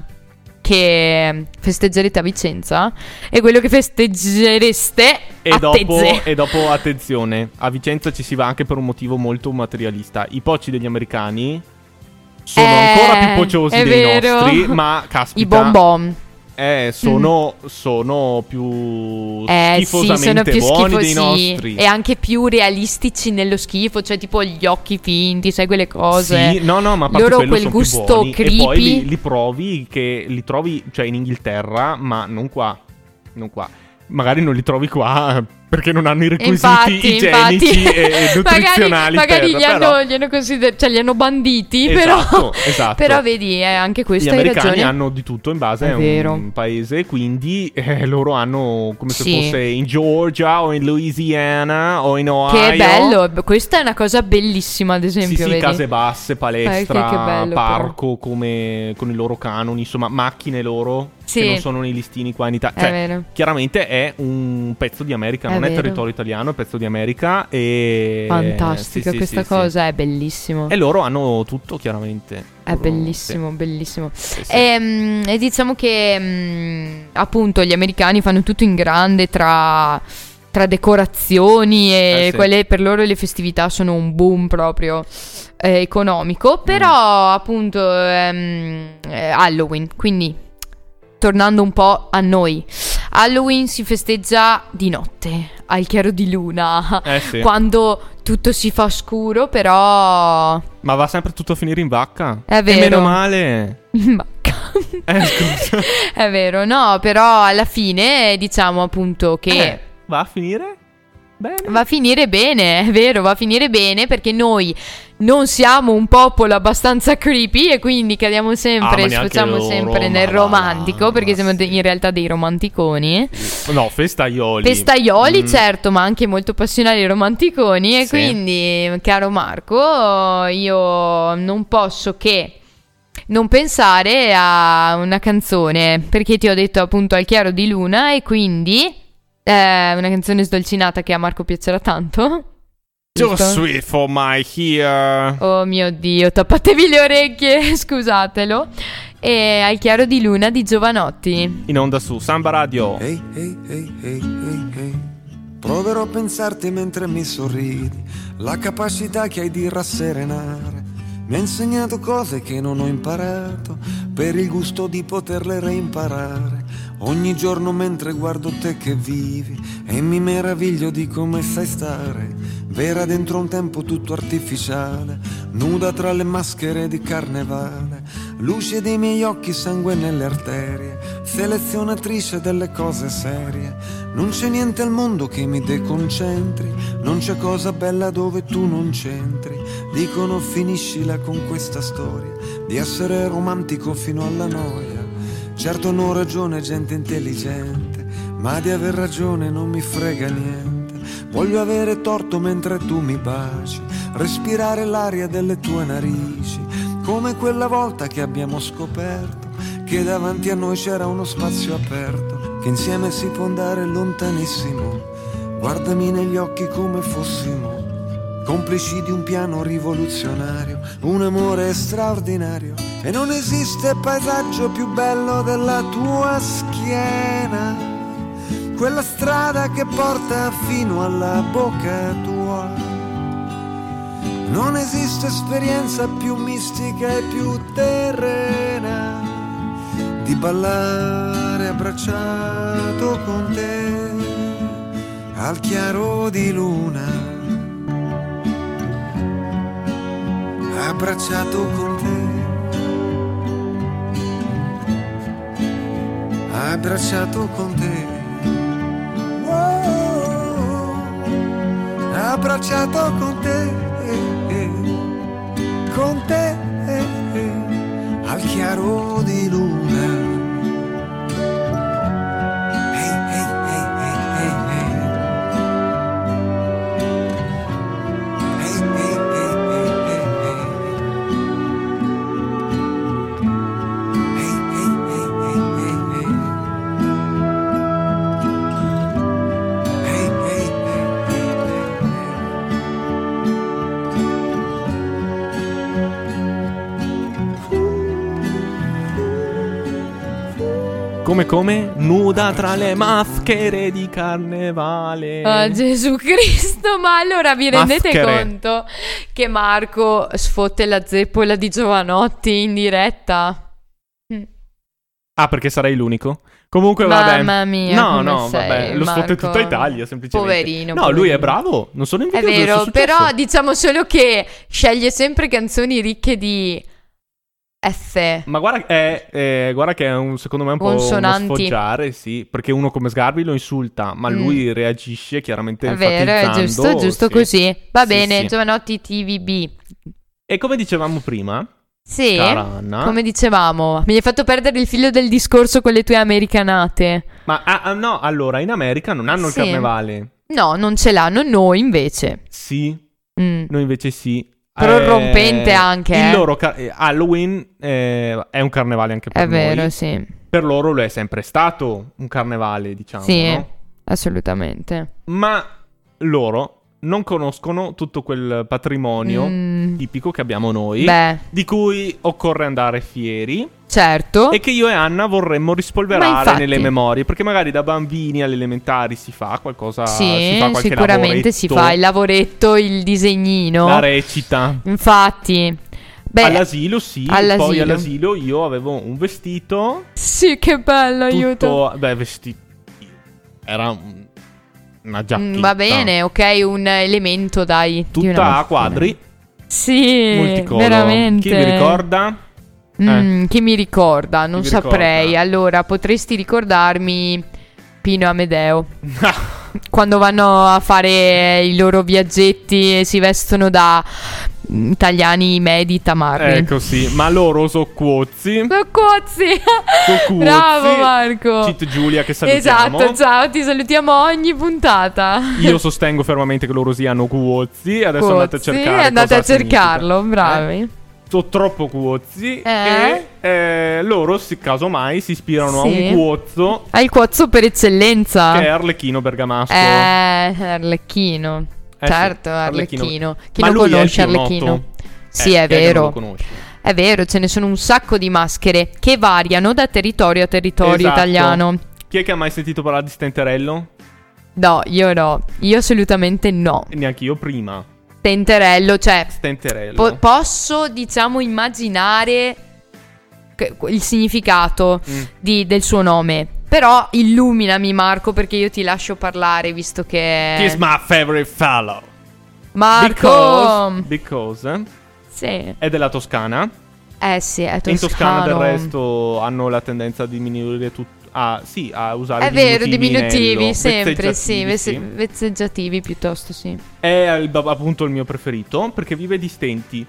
che festeggerete a Vicenza e quello che festeggereste E a dopo, Tezze. e dopo, attenzione, a Vicenza ci si va anche per un motivo molto materialista. I pocci degli americani sono Eh, ancora più pociosi è dei vero. nostri, ma caspita, I bonbon. eh, sono, sono più Eh sì, sono schifosamente più buoni dei schifosi nostri. e anche più realistici nello schifo, cioè tipo gli occhi finti, sai quelle cose. Sì, no, no, ma a parte Loro quello quel sono più gusto buoni. creepy. E poi li, li provi che li trovi, cioè in Inghilterra, ma non qua, non qua. Magari non li trovi qua perché non hanno i requisiti Infatti, igienici infatti. e, e nutrizionali. magari, magari per, li, però hanno, li hanno consider- cioè li hanno banditi, Esatto, però, esatto. però vedi, eh, anche Gli questo hai americani ragione. hanno di tutto in base È a vero. un paese, quindi eh, loro hanno come se Sì. fosse in Georgia o in Louisiana o in Ohio. Che bello, questa è una cosa bellissima, ad Sì, esempio, sì, vedi? case basse, palestra, Eh, che- che bello, parco come con i loro canoni, insomma, macchine loro Sì. che non sono nei listini qua in Italia. È Cioè, vero. chiaramente è un pezzo di America, È non è vero. territorio italiano, è pezzo di America e Fantastica sì, sì, questa sì, cosa, è bellissimo. sì. E loro hanno tutto, chiaramente. È Loro- bellissimo, bellissimo. sì, sì, sì. Ehm, E, diciamo che mm, appunto gli americani fanno tutto in grande tra, tra decorazioni e Eh, sì. quelle per loro le festività sono un boom proprio eh, economico. Però Mm. appunto ehm, eh, Halloween, quindi tornando un po' a noi. Halloween si festeggia di notte, al chiaro di luna, Eh, sì. quando tutto si fa scuro, però Ma va sempre tutto a finire in vacca. È E vero. meno male. in bacca. Eh, scusa. È vero, no, però alla fine diciamo appunto che Eh, va a finire bene. va a finire bene, è vero, va a finire bene perché noi non siamo un popolo abbastanza creepy e quindi cadiamo Ah, sempre, ma neanche sfociamo loro, sempre ma nel va, romantico perché ma siamo de- sì. in realtà dei romanticoni. No, festaioli. Festaioli, Mm. certo, ma anche molto passionali romanticoni. E Sì. quindi, caro Marco, io non posso che non pensare a una canzone. Perché ti ho detto appunto al chiaro di luna. E quindi eh, una canzone sdolcinata che a Marco piacerà tanto. Too Giusto? sweet for my ear. Oh mio Dio, tappatevi le orecchie, scusatelo. E al chiaro di luna di Giovanotti. In onda su Samba Radio. Ehi, ehi, ehi, ehi, ehi, ehi. Proverò a pensarti mentre mi sorridi. La capacità che hai di rasserenare mi ha insegnato cose che non ho imparato, per il gusto di poterle reimparare. Ogni giorno mentre guardo te che vivi e mi meraviglio di come sai stare, vera dentro un tempo tutto artificiale, nuda tra le maschere di carnevale, luce dei miei occhi, sangue nelle arterie, selezionatrice delle cose serie. Non c'è niente al mondo che mi deconcentri, non c'è cosa bella dove tu non c'entri. Dicono finiscila con questa storia di essere romantico fino alla noia. Certo non ragione gente intelligente, ma di aver ragione non mi frega niente. Voglio avere torto mentre tu mi baci, respirare l'aria delle tue narici, come quella volta che abbiamo scoperto che davanti a noi c'era uno spazio aperto, che insieme si può andare lontanissimo. Guardami negli occhi come fossimo complici di un piano rivoluzionario, un amore straordinario, e non esiste paesaggio più bello della tua schiena, quella strada che porta fino alla bocca tua. Non esiste esperienza più mistica e più terrena di ballare abbracciato con te al chiaro di luna, abbracciato con te, abbracciato con te, oh, abbracciato con te, con te, al chiaro di luna. Come come? Nuda tra le maschere di carnevale. Oh, Gesù Cristo, ma allora vi rendete Maschere. conto che Marco sfotte la zeppola di Giovanotti in diretta? Ah, perché sarei l'unico? Comunque vabbè. Mamma mia, No, come no, sei, vabbè, lo sfotte Marco. tutta Italia semplicemente. Poverino, No, poverino. lui è bravo, non sono È invidioso del vero, suo successo. però diciamo solo che sceglie sempre canzoni ricche di F. Ma guarda, è, è- guarda che è un, secondo me un po' uno Consonanti. sfoggiare, sì, perché uno come Sgarbi lo insulta, ma Mm. lui reagisce chiaramente È vero, è enfatizzando, giusto, giusto sì. così. Va Sì, bene, sì. Giovanotti T V B. E come dicevamo prima, Sì, cara Anna, come dicevamo, mi hai fatto perdere il filo del discorso con le tue americanate. ma ah, ah, no, allora in America non hanno Sì. il carnevale. No, non ce l'hanno, noi invece. Sì, Mm. noi invece sì. Prorompente anche, Il eh. loro ca- eh, Halloween eh, è un carnevale anche per È vero, noi. sì. Per loro lo è sempre stato un carnevale, diciamo, Sì, no? assolutamente. Ma loro non conoscono tutto quel patrimonio Mm, tipico che abbiamo noi, Beh, di cui occorre andare fieri certo. e che io e Anna vorremmo Ma rispolverare infatti. nelle memorie, perché magari da bambini alle elementari si fa qualcosa, si Sì, fa qualche sicuramente si lavoretto, fa il lavoretto, il disegnino. la recita. Infatti. Beh, all'asilo sì, all'asilo. poi all'asilo io avevo un vestito sì, che bello, aiuto. tutto, beh, vestito era un- una giacchetta Mm, va bene, ok, un elemento, dai. di una tutta a mattina. quadri, Sì, multicolor. veramente. Chi mi ricorda? Mm, chi mi ricorda? Non mi saprei. ricorda? Allora, potresti ricordarmi Pino e Amedeo. Quando vanno a fare i loro viaggetti e si vestono da mm, italiani medi tamarri. Ecco sì, ma loro so cuozzi, Coccozzi. so cuozzi. Bravo Marco. Cheat Giulia che salutiamo. Esatto, ciao, ti salutiamo ogni puntata. Io sostengo fermamente che loro siano cuozzi. Adesso andate a Cuozzi, cercare andate cosa a cercarlo, significa. bravi. Eh? Sono troppo cuozzi Eh? e eh, loro, si, casomai, si ispirano Sì. a un cuozzo Hai il cuozzo per eccellenza. che è Arlecchino Bergamasco. Eh, Arlecchino. Eh Certo, sì, Arlecchino. Chi Ma non lui è il conosce più Arlecchino? noto. Sì, Eh, è chi che non vero. lo conosce? È vero, ce ne sono un sacco di maschere che variano da territorio a territorio Esatto. italiano. Chi è che ha mai sentito parlare di Stenterello? No, io no. Io assolutamente no. E neanche io prima. Tenterello, cioè, Stenterello. po- posso, diciamo, immaginare che- il significato Mm. di- del suo nome. Però illuminami, Marco, perché io ti lascio parlare, visto che... He's my favorite fellow. Marco! Because, because eh, Sì. è della Toscana. Eh sì, è In Toscana del toscano. resto hanno la tendenza a diminuire tutto. Ah, sì, a usare È vero, diminutivi diminutivi, nello, sempre, sì, vezzeggiativi, vesse- sì. vezzeggiativi piuttosto, sì. È il- appunto il mio preferito perché vive di stenti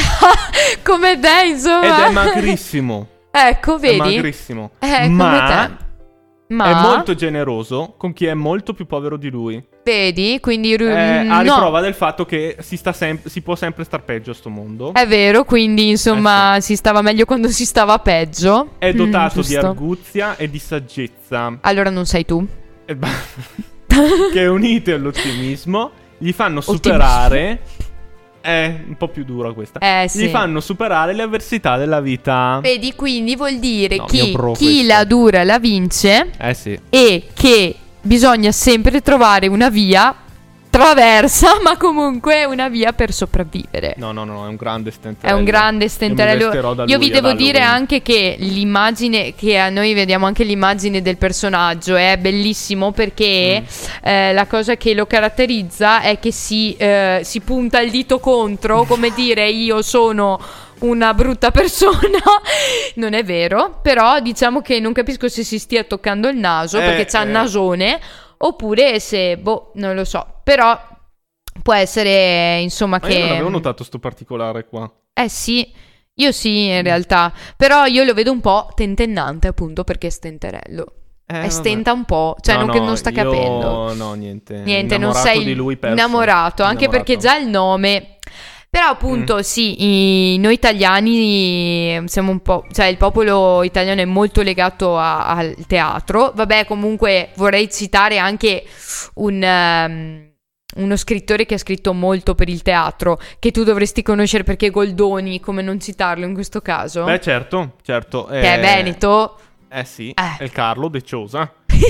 Come te, insomma. ed è magrissimo. Ecco, È vedi? magrissimo. Eh, come Ma te. Ma è molto generoso con chi è molto più povero di lui. Vedi? Quindi ru- Eh, mm, a no. riprova del fatto che si, sta sem- si può sempre star peggio a sto mondo. È vero, quindi insomma Eh si stava meglio quando si stava peggio. È Mm, dotato di giusto. arguzia e di saggezza. Allora non sei tu. E ba- che unite all'ottimismo gli fanno Ottimismo. superare. È un po' più dura questa. Eh, sì. Gli fanno superare le avversità della vita. Vedi, quindi vuol dire No, chi, mio bro chi questo. la dura la vince Eh sì. e che bisogna sempre trovare una via traversa, ma comunque una via per sopravvivere. No, no, no, è un grande È stenterello. un grande Io stenterello. mi vesterò da Io lui vi devo ad dire Halloween. anche che l'immagine, che a noi vediamo anche l'immagine del personaggio, è bellissimo perché Mm. eh, la cosa che lo caratterizza è che si, eh, si punta il dito contro, come dire io sono una brutta persona. Non è vero, però diciamo che non capisco se si stia toccando il naso Eh, perché c'ha il eh. nasone, oppure se, boh, non lo so. Però può essere, insomma, Ma che... io non avevo notato sto particolare qua. Eh sì, io sì in realtà, però io lo vedo un po' tentennante appunto perché è stenterello. Eh, e vabbè. stenta un po', cioè No, non, che no, non sta io- capendo. No, niente. Niente, non Innamorato sei di lui perso. innamorato, anche Innamorato. perché già il nome... Però appunto sì, i- noi italiani siamo un po', cioè il popolo italiano è molto legato a- al teatro. Vabbè, comunque vorrei citare anche un, ehm, uno scrittore che ha scritto molto per il teatro, che tu dovresti conoscere perché è Goldoni, come non citarlo in questo caso? Beh, certo, certo. Che è Veneto. Eh sì, Eh. è il Carlo De Ciosa.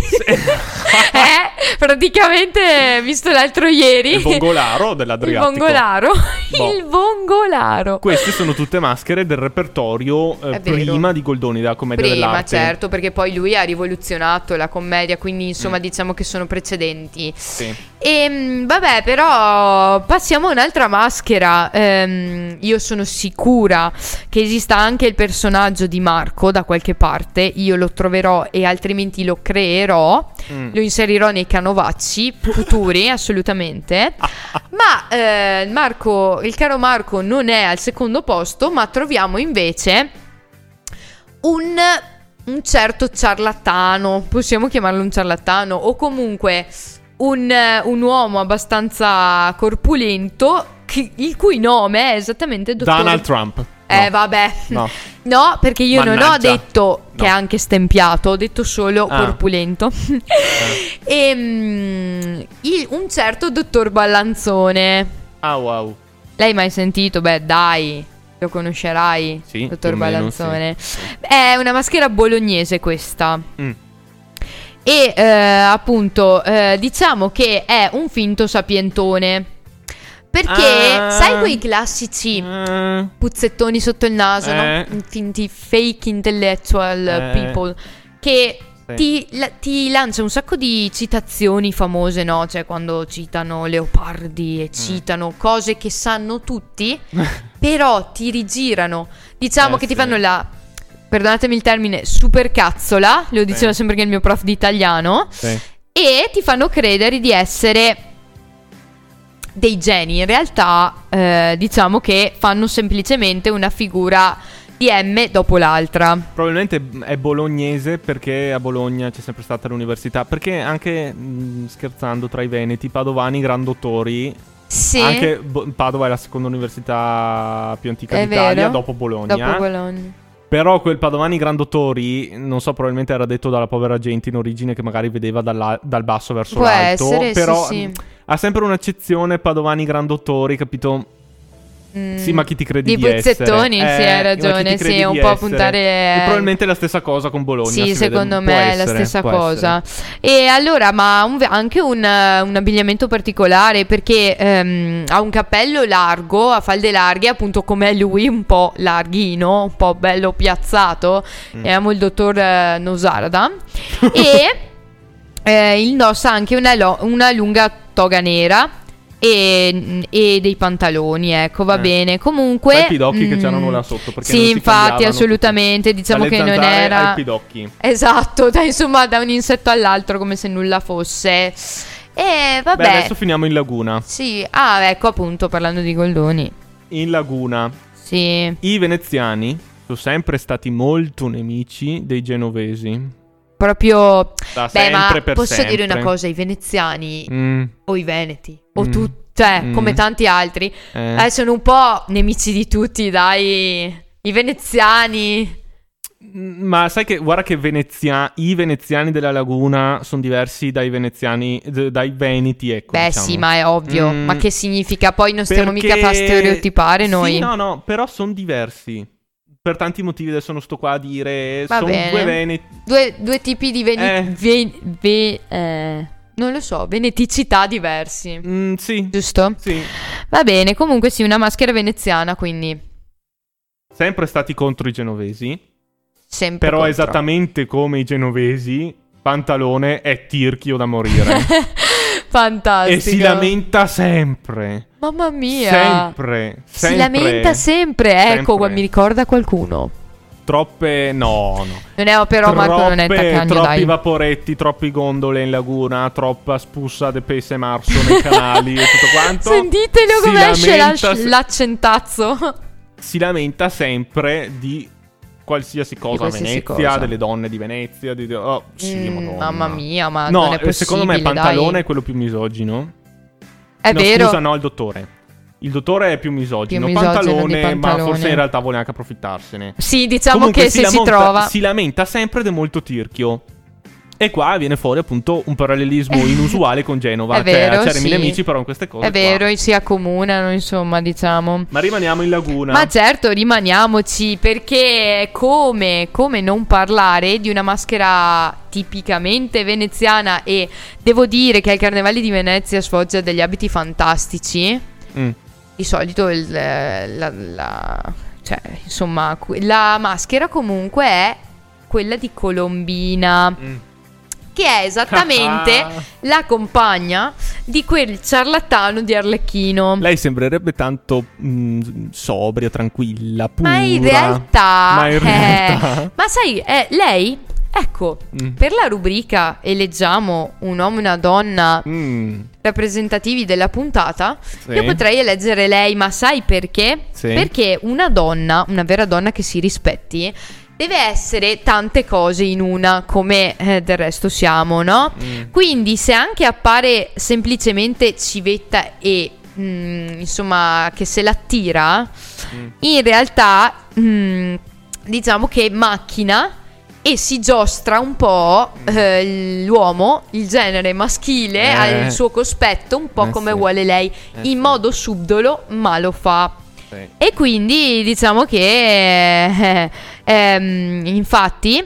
eh, praticamente visto l'altro ieri. Il Vongolaro Il dell'Adriatico. Vongolaro. Boh. Il Vongolaro. Queste sono tutte maschere del repertorio eh, È vero. prima di Goldoni, della commedia Prima, dell'arte. certo, perché poi lui ha rivoluzionato la commedia, quindi insomma Mm. diciamo che sono precedenti. Sì. E vabbè, però passiamo a un'altra maschera. Ehm, io sono sicura che esista anche il personaggio di Marco da qualche parte. Io lo troverò e altrimenti lo creerò. Mm. Lo inserirò nei canovacci futuri, assolutamente. Ma eh, Marco, il caro Marco non è al secondo posto, ma troviamo invece un, un certo ciarlatano. Possiamo chiamarlo un ciarlatano o comunque un, un uomo abbastanza corpulento che- il cui nome è esattamente dottor... Donald Trump. Eh No. vabbè. No. No, perché io non ho Mannaggia. detto che No. è anche stempiato, ho detto solo Ah. corpulento. E mm, il- un certo dottor Ballanzone. Ah, wow. L'hai mai sentito? Beh, dai, lo conoscerai, Sì, dottor più o meno, Ballanzone. È una maschera bolognese questa. Mm. E eh, appunto, eh, diciamo che è un finto sapientone. Perché, Ah. sai quei classici Eh, puzzettoni sotto il naso, Eh. no? Finti fake intellectual Eh. people che Sì. ti, la- ti lancia un sacco di citazioni famose, no? Cioè quando citano Leopardi Mm. e citano cose che sanno tutti, però ti rigirano. Diciamo Eh, che ti sì. fanno la, perdonatemi il termine, supercazzola, lo diceva Sì. sempre che il mio prof di italiano, sì. e ti fanno credere di essere dei geni. In realtà eh, diciamo che fanno semplicemente una figura di M dopo l'altra. Probabilmente è bolognese perché a Bologna c'è sempre stata l'università. Perché anche, mh, scherzando, tra i veneti, padovani, grandotori. Sì, Anche Bo- Padova è la seconda università più antica è d'Italia, vero. dopo Bologna. Dopo Bologna. Però quel Padovani Grandotori, non so, probabilmente era detto dalla povera gente in origine che magari vedeva dalla- dal basso verso Può l'alto. essere, sì, però sì. mh, ha sempre un'accezione Padovani Grandotori, capito? Mm, Sì, ma chi ti credi di di, essere? puzzettoni, sì, hai ma chi ti ragione, credi sì, un di po' essere? puntare- E probabilmente è la stessa cosa con Bologna. si Sì, vede, secondo può me è la essere, stessa può cosa. essere. E allora, ma un- anche un, eh, un abbigliamento particolare perché ehm, ha un cappello largo, a falde larghe, appunto come lui, un po' larghino, un po' bello piazzato. Mm. E amo il dottor eh, Nosarda. E eh, indossa anche una, lo- una lunga toga nera. E, e dei pantaloni, ecco, va Eh. bene. Comunque, Fai i pidocchi che mm, c'erano là sotto, perché sì, non si infatti, cambiavano assolutamente. tutti. Diciamo Dalle che non zanzare era. ai pidocchi. Esatto, da, insomma, da un insetto all'altro come se nulla fosse. E vabbè. Beh, adesso finiamo in laguna. Sì, ah, ecco appunto parlando di Goldoni. In laguna, Sì, i veneziani sono sempre stati molto nemici dei genovesi. proprio... Da Beh, ma sempre, per posso dire sempre. una cosa, i veneziani Mm, o i veneti o Mm. tu, cioè, Mm. come tanti altri, eh. eh, sono un po' nemici di tutti, dai. I veneziani... Ma sai che, guarda che venezia- i veneziani della laguna sono diversi dai veneziani, d- dai veneti, ecco. Beh, diciamo. sì, ma è ovvio. Mm. Ma che significa? Poi non stiamo Perché- mica a far stereotipare noi. Sì, no, no, però sono diversi. Per tanti motivi adesso non sto qua a dire. Va Sono bene. due veneti. Due, due tipi di veni- Eh. ve- ve- eh, non lo so, veneticità diversi. Mm, sì, Giusto? sì. Va bene, comunque sì, una maschera veneziana, quindi Sempre stati contro i genovesi. sempre Però contro. esattamente come i genovesi, Pantalone è tirchio da morire. Fantastico. E si lamenta sempre. Mamma mia. Sempre. Si sempre. lamenta sempre. Ecco, Sempre. qua- mi ricorda qualcuno. Troppe. No, no. Non è però Marco non è Troppe- taccagno, troppi dai. vaporetti, troppi gondole in laguna, troppa spussa de pesse marso nei canali e tutto quanto. Sentitelo Si come esce lamenta la- se- l'accentazzo. Si lamenta sempre di qualsiasi cosa a qualsiasi Venezia, cosa. delle donne di Venezia. Di... Oh, sì, Mm, Madonna. mamma mia, ma No, non è eh, secondo me possibile, Pantalone dai. è quello più misogino. È no, vero. Scusa, no, il dottore. Il dottore è più misogino. Più misogino di Pantalone, ma Pantalone. forse in realtà vuole anche approfittarsene. Sì, diciamo Comunque che si se si lamenta- trova... si lamenta sempre ed è molto tirchio. E qua viene fuori appunto un parallelismo inusuale con Genova. È vero, cioè, c'erano sì. nemici, però in queste cose È qua. vero, si accomunano, insomma, diciamo. Ma rimaniamo in laguna. Ma certo, rimaniamoci, perché come, come non parlare di una maschera tipicamente veneziana, e devo dire che al Carnevale di Venezia sfoggia degli abiti fantastici. Mm. Di solito il, la, la- cioè, insomma, que- la maschera comunque è quella di Colombina, Mm. che è esattamente la compagna di quel ciarlatano di Arlecchino. Lei sembrerebbe tanto mm, sobria, tranquilla, pura. Ma in realtà, Ma in eh, realtà- ma sai, eh, lei, ecco, Mm. per la rubrica eleggiamo un uomo e una donna Mm, rappresentativi della puntata, sì. io potrei eleggere lei, ma sai perché? Sì. Perché una donna, una vera donna che si rispetti, deve essere tante cose in una, come eh, del resto siamo, no? Mm. Quindi se anche appare semplicemente civetta e mm, insomma che se la tira, Mm. in realtà mm, diciamo che macchina e si giostra un po' eh, l'uomo, il genere maschile, Eh. ha il suo cospetto un po' Eh, come sì. vuole lei, Eh, in sì. modo subdolo, ma lo fa. Sì. E quindi diciamo che eh, ehm, infatti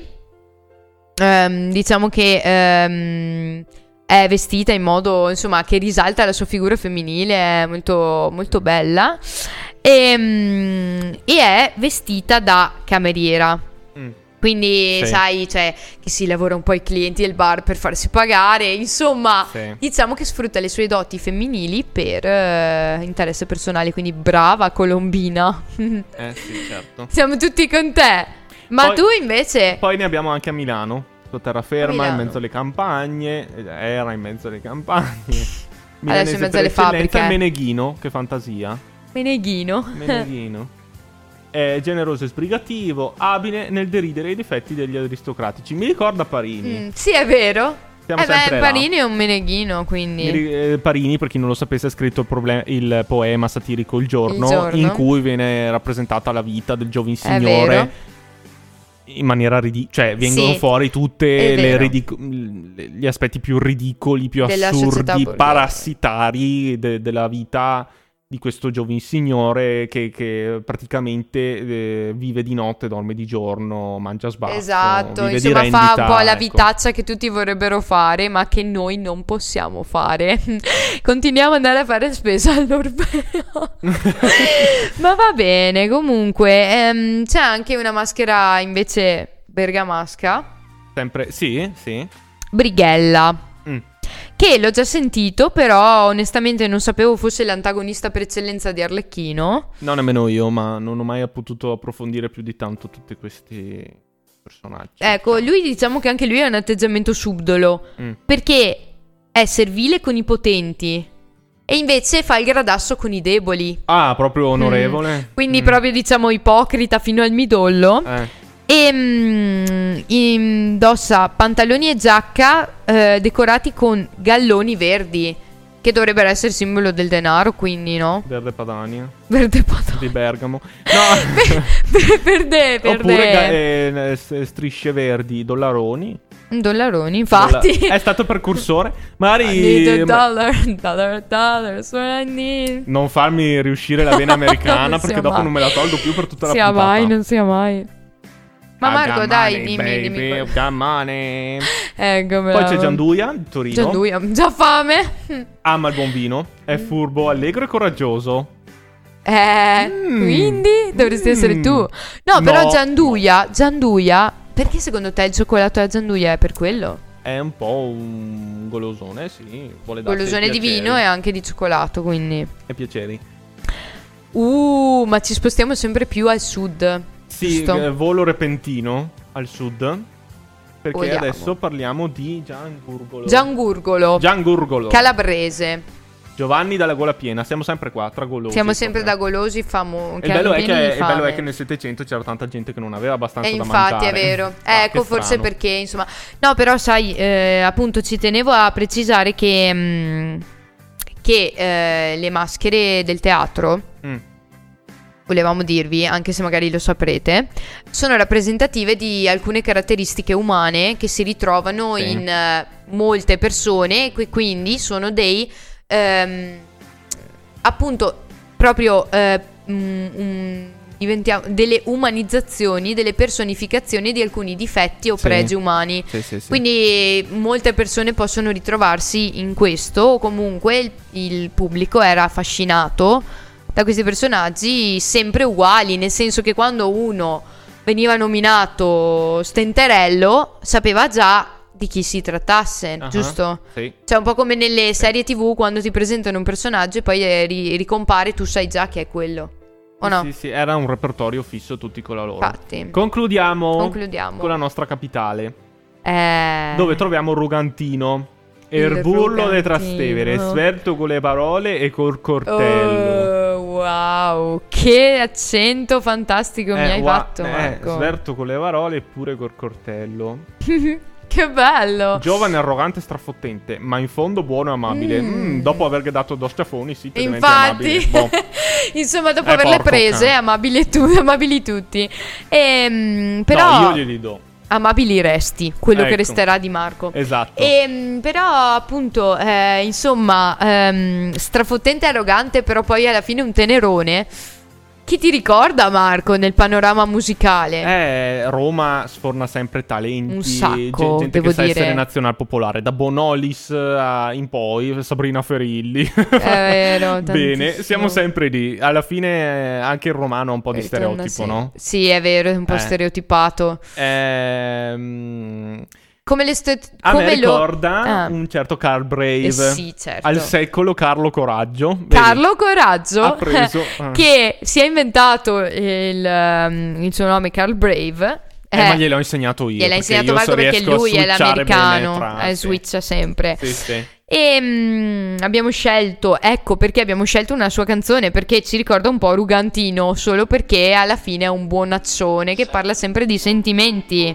ehm, diciamo che ehm, è vestita in modo insomma che risalta la sua figura femminile, è molto, molto bella e, mm, e è vestita da cameriera. Mm. Quindi Sì. sai, cioè, che si lavora un po' ai clienti del bar per farsi pagare, insomma, Sì. diciamo che sfrutta le sue doti femminili per eh, interesse personale, quindi brava Colombina. Eh sì, certo. Siamo tutti con te. Ma Poi- tu invece... Poi ne abbiamo anche a Milano, su terraferma, in Milano. mezzo alle campagne. eh, Era in mezzo alle campagne. Adesso Milanese in mezzo per alle eccellenza, fabbriche. Meneghino, che fantasia. Meneghino. Meneghino. È generoso e sbrigativo, abile nel deridere i difetti degli aristocratici. Mi ricorda Parini. Mm, sì, è vero. Siamo Eh beh, sempre là. Parini è un meneghino, quindi... Mi ri- eh, Parini, per chi non lo sapesse, ha scritto il, problem- il poema satirico Il giorno, Il giorno. in cui viene rappresentata la vita del giovin È vero. signore in maniera ridicola. Cioè, vengono Sì, fuori è tutte le vero. ridico- le- gli aspetti più ridicoli, più Della società assurdi, borghese. parassitari de- della vita di questo giovin signore che, che praticamente eh, vive di notte, dorme di giorno, mangia sbaffo, Esatto, vive insomma di fa rendita, un po' la ecco. vitaccia che tutti vorrebbero fare, ma che noi non possiamo fare. Continuiamo ad andare a fare spesa all'Orfeo. Ma va bene, comunque ehm, c'è anche una maschera invece bergamasca, Sempre, sì, sì. Brighella, Mm. che l'ho già sentito, però onestamente non sapevo fosse l'antagonista per eccellenza di Arlecchino. Non nemmeno io, ma non ho mai potuto approfondire più di tanto tutti questi personaggi. Ecco, lui diciamo che anche lui ha un atteggiamento subdolo, Mm. perché è servile con i potenti e invece fa il gradasso con i deboli. Ah, proprio onorevole. Quindi Mm. proprio diciamo ipocrita fino al midollo. Eh. E mm, indossa pantaloni e giacca eh, decorati con galloni verdi, che dovrebbero essere simbolo del denaro, quindi no? Verde Padania Verde Padania. di Bergamo. No. per, per de, per Oppure de. ga- eh, s- strisce verdi, dollaroni. Dollaroni, infatti. Dolla- È stato precursore. I Magari need a dollar, dollar, dollar, that's what I need. non farmi riuscire la vena americana, Non perché sia dopo mai. non me la tolgo più per tutta la sia puntata. mai, non sia mai. Ma I Marco, got dai, money, dimmi, baby, dimmi. I got money. Ecco, Poi c'è Gianduia di Torino. Gianduia, già fame. Ama il buon vino. È furbo, allegro e coraggioso. Eh, Mm. quindi dovresti essere Mm. tu. No, però No. Gianduia, Gianduia, perché secondo te il cioccolato alla Gianduia è per quello? È un po' un golosone, sì. Vuole darti Golosone di piaceri vino e anche di cioccolato, quindi. e piaceri. Uh, ma ci spostiamo sempre più al sud. Sì, giusto? eh, volo repentino al sud. Perché Vogliamo. adesso parliamo di Giangurgolo. Giangurgolo, Giangurgolo. calabrese. Giovanni dalla gola piena. Siamo sempre qua, tra golosi. Siamo sempre da proprio. golosi, famo- E che il bello, hanno è pieni che, di il bello fame. è che nel Settecento c'era tanta gente che non aveva abbastanza E da infatti mangiare. è vero. Ah, Ecco, che forse strano. perché, insomma. No, però sai, eh, appunto ci tenevo a precisare che, mm, che eh, le maschere del teatro, Mm. volevamo dirvi, anche se magari lo saprete, sono rappresentative di alcune caratteristiche umane che si ritrovano Sì. in eh, molte persone, e qui- quindi sono dei, ehm, appunto, proprio eh, mm, mm, diventiamo delle umanizzazioni, delle personificazioni di alcuni difetti o Sì. pregi umani. Sì, sì, sì. Quindi molte persone possono ritrovarsi in questo, o comunque il, il pubblico era affascinato da questi personaggi sempre uguali, nel senso che quando uno veniva nominato Stenterello sapeva già di chi si trattasse, Ah, giusto? Sì. Cioè un po' come nelle serie tivù, quando ti presentano un personaggio e poi eh, ri- ricompare, tu sai già che è quello, o no? Sì, sì, era un repertorio fisso tutti con la loro. Infatti. Concludiamo, Concludiamo. con la nostra capitale, Eh... dove troviamo Rugantino. Il Il burlo de Rugantino. Trastevere, sverto con le parole e col cortello. Oh, wow, che accento fantastico mi Eh, hai gua- fatto, eh, Marco. sverto con le parole e pure col cortello. Che bello. Giovane, arrogante e strafottente, ma in fondo buono e amabile. Mm. Mm, dopo aver dato dos schiaffoni, sì, che diventi Infatti, amabile. Boh. insomma, dopo Eh, averle porco prese, cane. amabili, tu- amabili tutti. Ehm, però, No, io glieli do. amabili resti, quello che Ecco. resterà di Marco. Esatto. Ehm, però, appunto, eh, insomma, ehm, strafottente e arrogante, però poi alla fine un tenerone. Chi ti ricorda, Marco, nel panorama musicale? Eh, Roma sforna sempre talenti. Un sacco, gen- gente devo che sa dire. essere nazional popolare. Da Bonolis a- in poi, Sabrina Ferilli. È vero, Bene, tantissimo. siamo sempre lì. Alla fine eh, anche il romano ha un po' di Ritorna stereotipo, sempre. no? Sì, è vero, è un po' Eh. stereotipato. Ehm, Come le sto... a come me lo... ricorda Ah. un certo Carl Brave. Eh sì, certo. Al secolo Carlo Coraggio. Vedi? Carlo Coraggio, Ha preso, ah. che si è inventato il, um, il suo nome Carl Brave. Eh, ma gliel'ho insegnato io. gliel'ha perché insegnato io Marco so- perché riesco a lui è switchare l'americano, bene tra- eh, sì. switcha sempre. Sì, sì. E mm, abbiamo scelto, ecco perché abbiamo scelto una sua canzone, perché ci ricorda un po' Rugantino, solo perché alla fine è un buonaccione che parla sempre di sentimenti.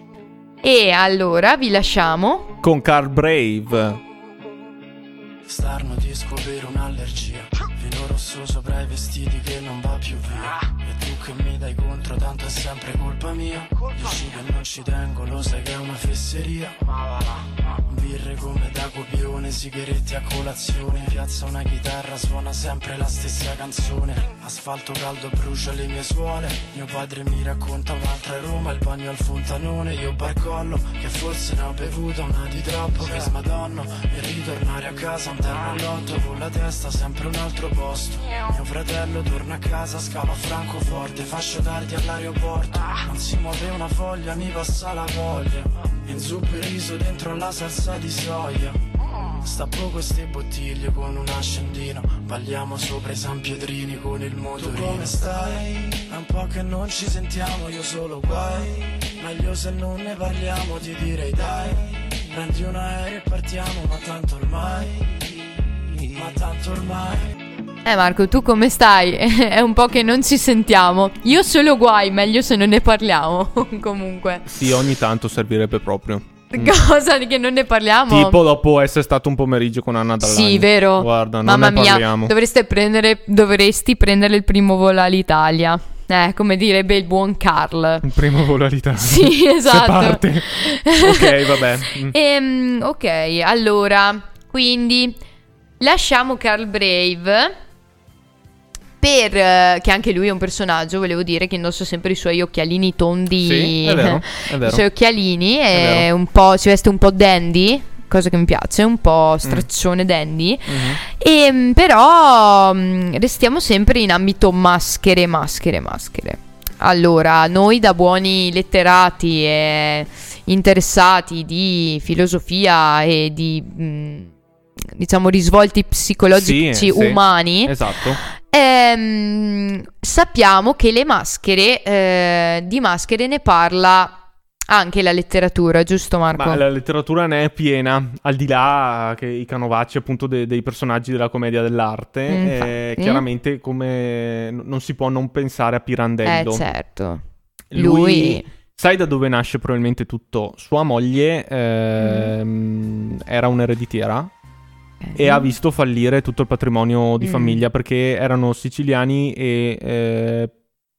E allora vi lasciamo. Con Carl Brave. Starno di scoprire un'allergia. Vino rosso sopra i vestiti che non va più via. E tu che mi dai contro, tanto è sempre colpa mia. Dici che non ci tengo, lo sai che è una fesseria. Birre come da copione, sigarette a colazione. In piazza una chitarra suona sempre la stessa canzone. Asfalto caldo brucia le mie suole. Mio padre mi racconta un'altra Roma, il bagno al fontanone. Io barcollo, che forse ne ho bevuta una di troppo. Mi smadonno e ritornare a casa un terno all'otto. Con la testa sempre un altro posto. Mio fratello torna a casa, scalo a Francoforte. Faccio tardi all'aeroporto. Non si muove una foglia, mi passa la voglia. In zuppo e riso dentro alla salsa di soia. Stappo queste bottiglie con un accendino. Balliamo sopra i San Pietrini con il motorino. Tu come stai? È un po' che non ci sentiamo, io solo guai. Meglio se non ne parliamo, ti direi dai. Prendi un aereo e partiamo, ma tanto ormai. Ma tanto ormai. Eh Marco, tu come stai? È un po' che non ci sentiamo. Io solo guai, meglio se non ne parliamo. Comunque. Sì, ogni tanto servirebbe proprio. Mm. Cosa di che non ne parliamo? Tipo dopo essere stato un pomeriggio con Anna Dall'Agno. Sì, vero. Guarda, non Mamma ne mia, parliamo. dovreste prendere, dovresti prendere il primo volo all'Italia. Eh, come direbbe il buon Carl. Il primo volo all'Italia. Sì, esatto. Se parte. Ok, vabbè. Mm. Ehm, ok, allora, quindi lasciamo Carl Brave per eh, che anche lui è un personaggio, volevo dire, che indossa sempre i suoi occhialini tondi. Sì, è vero, è vero. I suoi occhialini È è vero. un po', si veste un po' dandy, cosa che mi piace, un po' straccione dandy. Mhm. E, però mh, restiamo sempre in ambito maschere, maschere, maschere. Allora, noi da buoni letterati e interessati di filosofia e di mh, diciamo risvolti psicologici Sì, sì, umani, Esatto. ehm, sappiamo che le maschere, eh, di maschere ne parla anche la letteratura, giusto Marco? Ma la letteratura ne è piena, al di là che i canovacci appunto de- dei personaggi della commedia dell'arte, Mm, eh, infatti. chiaramente come n- non si può non pensare a eh Pirandello. certo. Lui, Lui- sai da dove nasce probabilmente tutto? Sua moglie ehm, era un'ereditiera e ha visto fallire tutto il patrimonio di Mm. famiglia perché erano siciliani e eh,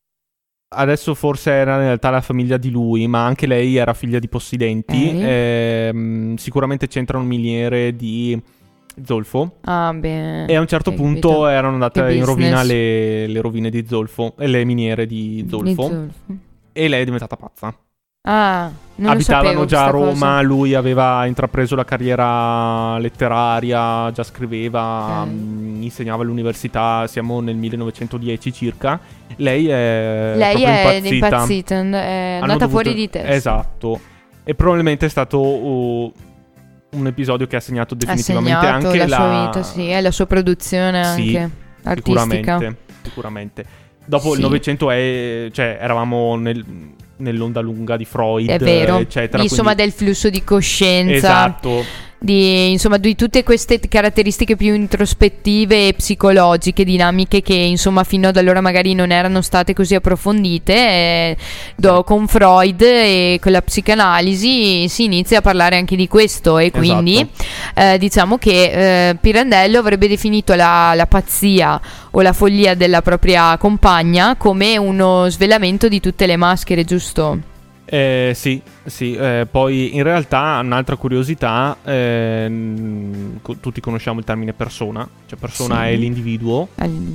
adesso forse era in realtà la famiglia di lui, ma anche lei era figlia di possidenti. Ok. Ehm, sicuramente c'entrano miniere di zolfo. Ah, beh. E a un certo Ho punto capito. erano andate Che in rovina business. le, le rovine di zolfo, e le miniere di zolfo. Di zolfo. E lei è diventata pazza. Ah, non lo Abitavano sapevo già a questa Roma, cosa. lui aveva intrapreso la carriera letteraria, già scriveva, Ok. mh, insegnava all'università, siamo nel millenovecentodieci circa. Lei è Lei proprio è impazzita. impazzita, è Hanno andata dovuto- fuori di testa. Esatto. E probabilmente è stato uh, un episodio che ha segnato Ha definitivamente segnato anche la, la sua vita, sì, e la sua produzione Sì, anche artistica. Sicuramente, sicuramente. Dopo il Sì. Novecento è, cioè, eravamo nel- nell'onda lunga di Freud, È vero, eccetera. insomma quindi- del flusso di coscienza, Esatto. di, insomma di tutte queste caratteristiche più introspettive e psicologiche, dinamiche che insomma fino ad allora magari non erano state così approfondite. E do- con Freud e con la psicanalisi si inizia a parlare anche di questo, e quindi eh, diciamo che eh, Pirandello avrebbe definito la, la pazzia o la follia della propria compagna come uno svelamento di tutte le maschere, giusto? Eh, sì, sì. eh, poi in realtà un'altra curiosità, ehm, co- tutti conosciamo il termine persona, cioè persona Sì. è l'individuo. Al-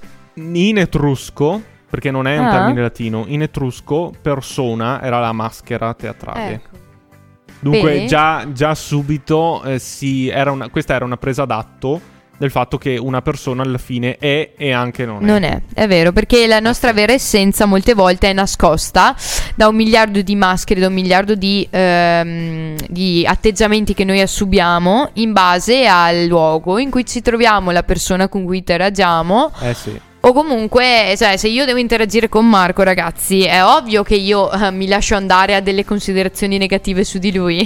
In etrusco, perché non è un Ah. termine latino, in etrusco persona era la maschera teatrale. Ecco. Dunque Bene. già, già subito eh, si, era una, questa era una presa d'atto del fatto che una persona alla fine è e anche non è. Non è, è vero, perché la nostra vera essenza molte volte è nascosta da un miliardo di maschere, da un miliardo di, ehm, di atteggiamenti che noi assumiamo in base al luogo in cui ci troviamo, la persona con cui interagiamo. Eh sì. O comunque, cioè, se io devo interagire con Marco, ragazzi, è ovvio che io eh, mi lascio andare a delle considerazioni negative su di lui.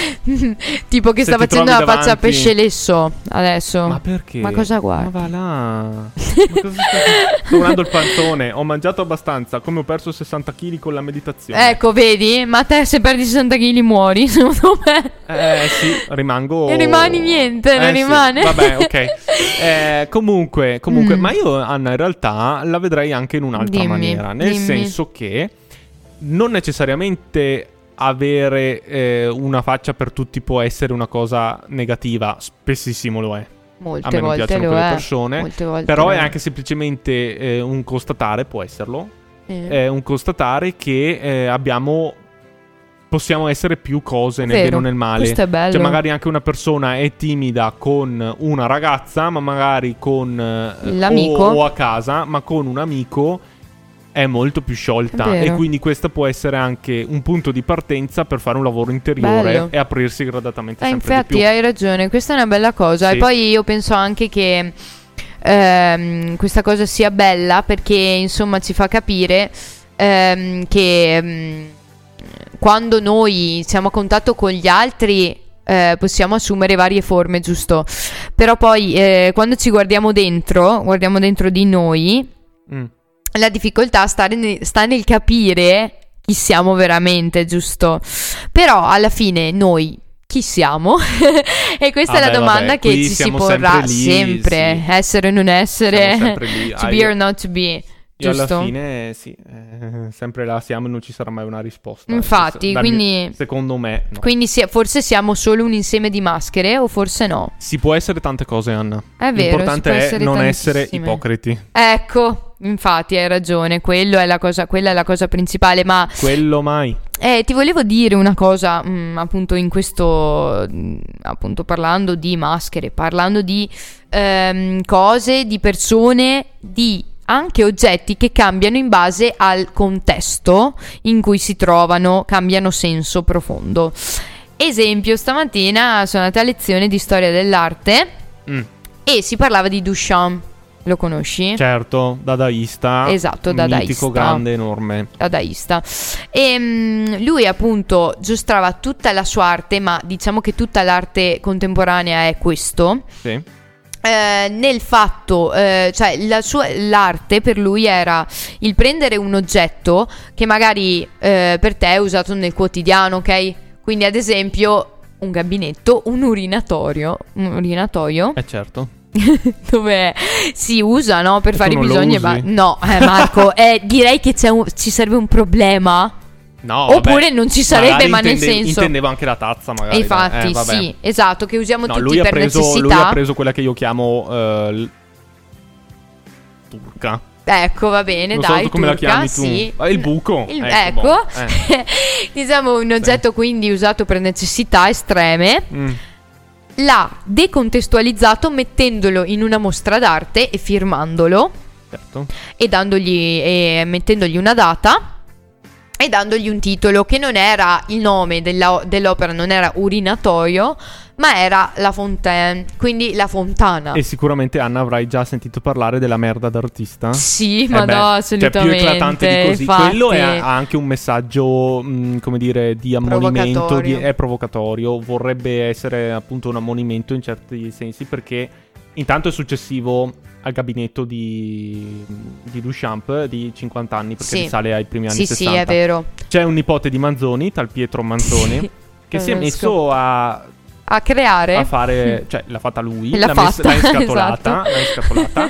Tipo che Se sta ti facendo la trovi faccia a davanti- pesce lesso adesso. Ma perché? Ma cosa guardi? Ma va là. Ma cosa stai- Sto guardando il panzone. Ho mangiato abbastanza. Come ho perso sessanta chili con la meditazione. Ecco, vedi? Ma te se perdi sessanta chili muori, secondo me. Eh sì, rimango. Non rimani niente, non Eh, sì. rimane. Vabbè, ok. Eh, comunque, comunque Mm. ma io, Anna, in realtà la vedrei anche in un'altra Dimmi, maniera. Nel dimmi. senso che non necessariamente avere eh, una faccia per tutti può essere una cosa negativa. Spessissimo lo è. Molte A me non volte piacciono lo quelle è. persone, Molte volte Però lo è anche semplicemente eh, un constatare, può esserlo. Eh. È un constatare che eh, abbiamo. Possiamo essere più cose nel Vero, bene o nel male. questo è bello. Cioè, magari anche una persona è timida con una ragazza, ma magari con eh, L'amico. o, o a casa, ma con un amico è molto più sciolta. È vero. E quindi questo può essere anche un punto di partenza per fare un lavoro interiore Bello. e aprirsi gradatamente Eh, sempre infatti di più. hai ragione, questa è una bella cosa. Sì. E poi io penso anche che ehm, questa cosa sia bella perché insomma ci fa capire ehm, che ehm, quando noi siamo a contatto con gli altri eh, possiamo assumere varie forme, giusto? Però poi eh, quando ci guardiamo dentro, guardiamo dentro di noi, Mm. la difficoltà sta, ne- sta nel capire chi siamo veramente, giusto? Però alla fine noi chi siamo? E questa è la Vabbè, domanda vabbè, che qui ci si siamo porrà sempre lì, sempre, sì. essere o non essere, Siamo sempre lì. to Ah, be io- or not to be, Io giusto? alla fine, sì, eh, sempre là siamo e non ci sarà mai una risposta. Infatti, Dal quindi- mio- secondo me, no. Quindi si- forse siamo solo un insieme di maschere o forse no? Si può essere tante cose, Anna. È vero, L'importante si può è essere non essere tantissime. ipocriti. Ecco, infatti hai ragione, quello è la cosa, quella è la cosa principale, ma Quello mai. eh, ti volevo dire una cosa, mh, appunto in questo, mh, appunto parlando di maschere, parlando di ehm, cose, di persone, di anche oggetti che cambiano in base al contesto in cui si trovano, cambiano senso profondo. Esempio, stamattina sono andata a lezione di storia dell'arte Mm, e si parlava di Duchamp. Lo conosci? certo, dadaista. Esatto, Mitico, dadaista. grande, enorme. Dadaista. E mm, lui appunto giostrava tutta la sua arte, ma diciamo che tutta l'arte contemporanea è questo. Sì. Eh, nel fatto, eh, cioè la sua, l'arte per lui era il prendere un oggetto che magari eh, per te è usato nel quotidiano, ok? Quindi ad esempio un gabinetto, un urinatorio, un urinatoio Eh certo. dove si usa, no, per E fare tu i non lo bisogni e usi? ba- no, eh, Marco, eh, direi che c'è un- ci serve un problema. No, Oppure vabbè, non ci sarebbe, magari ma nel intende- senso- intendevo anche la tazza, magari. E infatti Eh, vabbè. sì, esatto, che usiamo No, tutti lui ha, per preso, lui necessità. ha preso quella che io chiamo eh, l- turca. Ecco, va bene, Non dai, so tu come la turca, chiami tu. sì. Ah, il buco. Il- Ecco, ecco, boh, eh. diciamo un oggetto quindi usato per necessità estreme. Mm. L'ha decontestualizzato mettendolo in una mostra d'arte e firmandolo Certo. e dandogli e mettendogli una data e dandogli un titolo che non era il nome della- dell'opera, non era urinatoio, ma era La Fontaine, quindi la fontana. E sicuramente Anna avrai già sentito parlare della merda d'artista. Sì, Eh ma beh, no, assolutamente. Cioè più eclatante di così. infatti. Quello è, ha anche un messaggio, mh, come dire, di ammonimento. Provocatorio. Di, è provocatorio. Vorrebbe essere appunto un ammonimento in certi sensi, perché intanto è successivo al gabinetto di, di Duchamp di cinquanta anni, perché Sì. risale ai primi anni Sì, sessanta. sì, è vero. C'è un nipote di Manzoni, tal Pietro Manzoni, Sì, che si è conosco. messo a A creare. a fare, cioè l'ha fatta lui, L'ha l'ha, messa- fatta, l'ha inscatolata, esatto. l'ha inscatolata.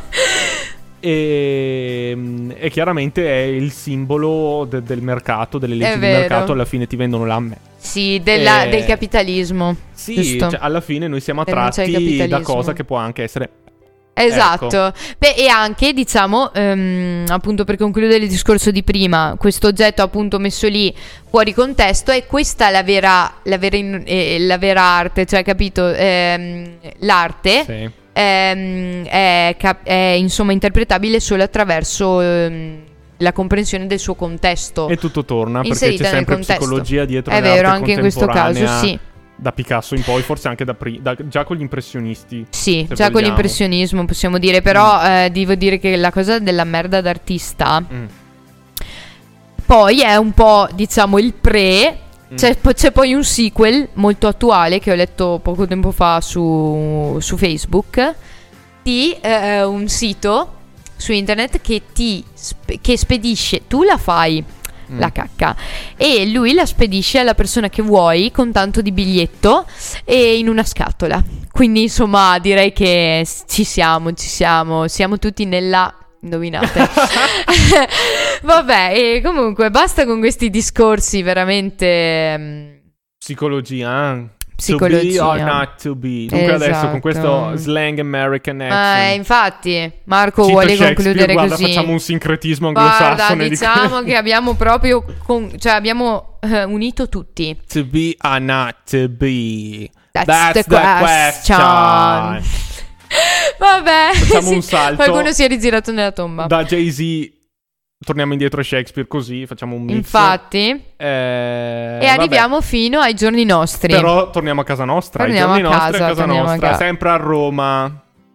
E, e chiaramente è il simbolo de- del mercato, delle leggi È di vero. mercato. Alla fine ti vendono la me. Sì, della- Eh, del capitalismo. Sì, Giusto. cioè, alla fine noi siamo E non c'è il attratti da capitalismo. cosa che può anche essere. Esatto. Ecco. Beh, e anche, diciamo, ehm, appunto per concludere il discorso di prima, questo oggetto appunto messo lì fuori contesto è questa la vera, la vera, in- eh, la vera arte, cioè capito? Ehm, l'arte Sì. ehm, è, cap- è, insomma interpretabile solo attraverso ehm, la comprensione del suo contesto. E tutto torna perché Inserita c'è nel sempre contesto. psicologia dietro È all'arte vero, anche in questo caso, contemporanea, sì. Da Picasso in poi, forse anche da, pri- da già con gli impressionisti. Sì, se già con vogliamo. l'impressionismo possiamo dire, però eh, devo dire che la cosa della merda d'artista Mm. poi è un po', diciamo, il pre. Mm. C'è, po- c'è poi un sequel molto attuale che ho letto poco tempo fa su, su Facebook di eh, un sito su internet che ti sp- che spedisce, tu la fai Mm. la cacca e lui la spedisce alla persona che vuoi con tanto di biglietto e in una scatola. Quindi insomma direi che s- ci siamo, ci siamo, siamo tutti nella... Indovinate. Vabbè, e comunque basta con questi discorsi veramente... mm, Psicologia, eh? Psicologia. To be or not to be. Dunque adesso Esatto. con questo slang American Eh, accent. infatti, Marco Cito vuole Shakespeare, concludere guarda, così. facciamo un sincretismo Guarda, anglosassone. diciamo di che abbiamo proprio con- cioè abbiamo eh, unito tutti. To be or not to be. That's the question. Vabbè, Facciamo sì, un salto. qualcuno si è rigirato nella tomba. Da Jay-Z torniamo indietro a Shakespeare così, facciamo un mix. Infatti, Eh, e arriviamo fino ai giorni nostri. Però torniamo a casa nostra. Torniamo I giorni a nostri casa, a casa torniamo a nostra, casa. sempre a Roma.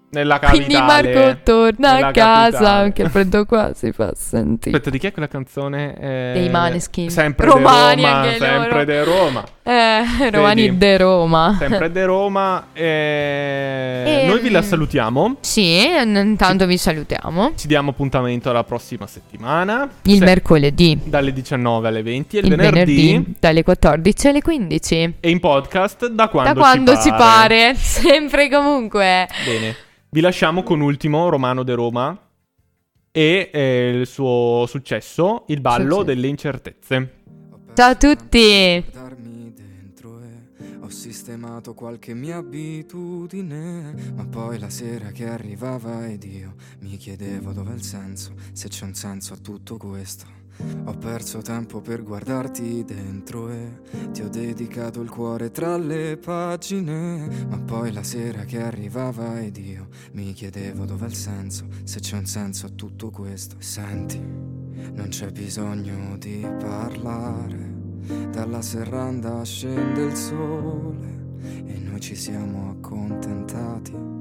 Nella capitale. Quindi Marco torna Nella a casa, capitale. che il freddo qua si fa sentire. Aspetta, di chi è quella canzone? Eh, Dei Maneskin. Sempre Romani di Roma, anche sempre loro. di Roma. Eh, Romani Vedi? de Roma. Sempre di Roma. eh, Ehm, Noi vi la salutiamo. Sì, n- intanto vi salutiamo. Ci diamo appuntamento alla prossima settimana. Il Se- mercoledì, Dalle diciannove alle venti e il, il venerdì, venerdì, dalle quattordici alle quindici. e in podcast da quando, Da quando ci ci pare. pare, sempre e comunque. Bene. Vi lasciamo con ultimo Romano de Roma e eh, il suo successo, il ballo Sì, sì. delle incertezze. Ciao a tutti. Guardarmi dentro e ho sistemato qualche mia abitudine, ma poi la sera che arrivava ed io mi chiedevo dov'è il senso, se c'è un senso a tutto questo. Ho perso tempo per guardarti dentro e ti ho dedicato il cuore tra le pagine, ma poi la sera che arrivava ed io mi chiedevo dov'è il senso, se c'è un senso a tutto questo. Senti, non c'è bisogno di parlare, dalla serranda scende il sole e noi ci siamo accontentati.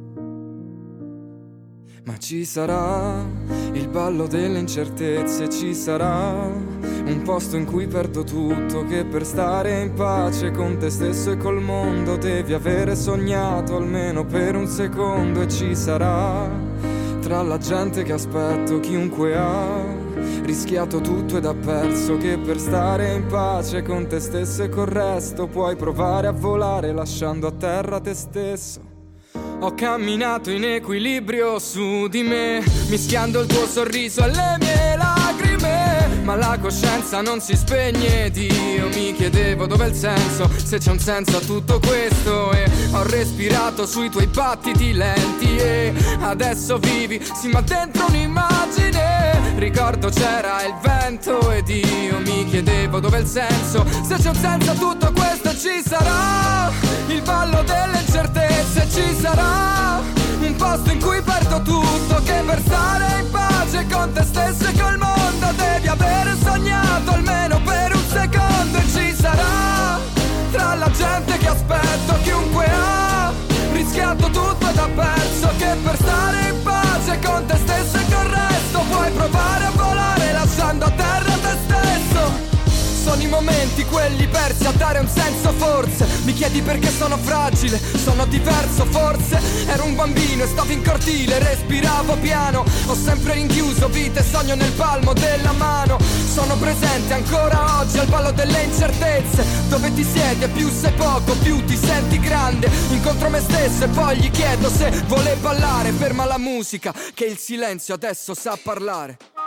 Ma ci sarà il ballo delle incertezze, ci sarà un posto in cui perdo tutto, che per stare in pace con te stesso e col mondo devi avere sognato almeno per un secondo. E ci sarà tra la gente che aspetto chiunque ha rischiato tutto ed ha perso, che per stare in pace con te stesso e col resto puoi provare a volare lasciando a terra te stesso. Ho camminato in equilibrio su di me, mischiando il tuo sorriso alle mie lacrime, ma la coscienza non si spegne ed io mi chiedevo dov'è il senso, se c'è un senso a tutto questo. E ho respirato sui tuoi battiti lenti e adesso vivi, sì ma dentro un'immagine. Ricordo c'era il vento ed io mi chiedevo dov'è il senso, se c'è un senso a tutto questo. Ci sarà il ballo delle incertezze, ci sarà un posto in cui perdo tutto, che per stare in pace con te stesso e col mondo devi avere sognato almeno per un secondo. E ci sarà tra la gente che aspetto chiunque ha rischiato tutto ed ha perso, che per stare in pace con te stesso e col resto puoi provare a volare lasciando a terra te stesso. Sono i momenti quelli persi a dare un senso forse. Mi chiedi perché sono fragile, sono diverso forse. Ero un bambino e stavo in cortile, respiravo piano. Ho sempre rinchiuso vita e sogno nel palmo della mano. Sono presente ancora oggi al ballo delle incertezze, dove ti siedi e più sei poco, più ti senti grande. Incontro me stesso e poi gli chiedo se vuole ballare. Ferma la musica che il silenzio adesso sa parlare.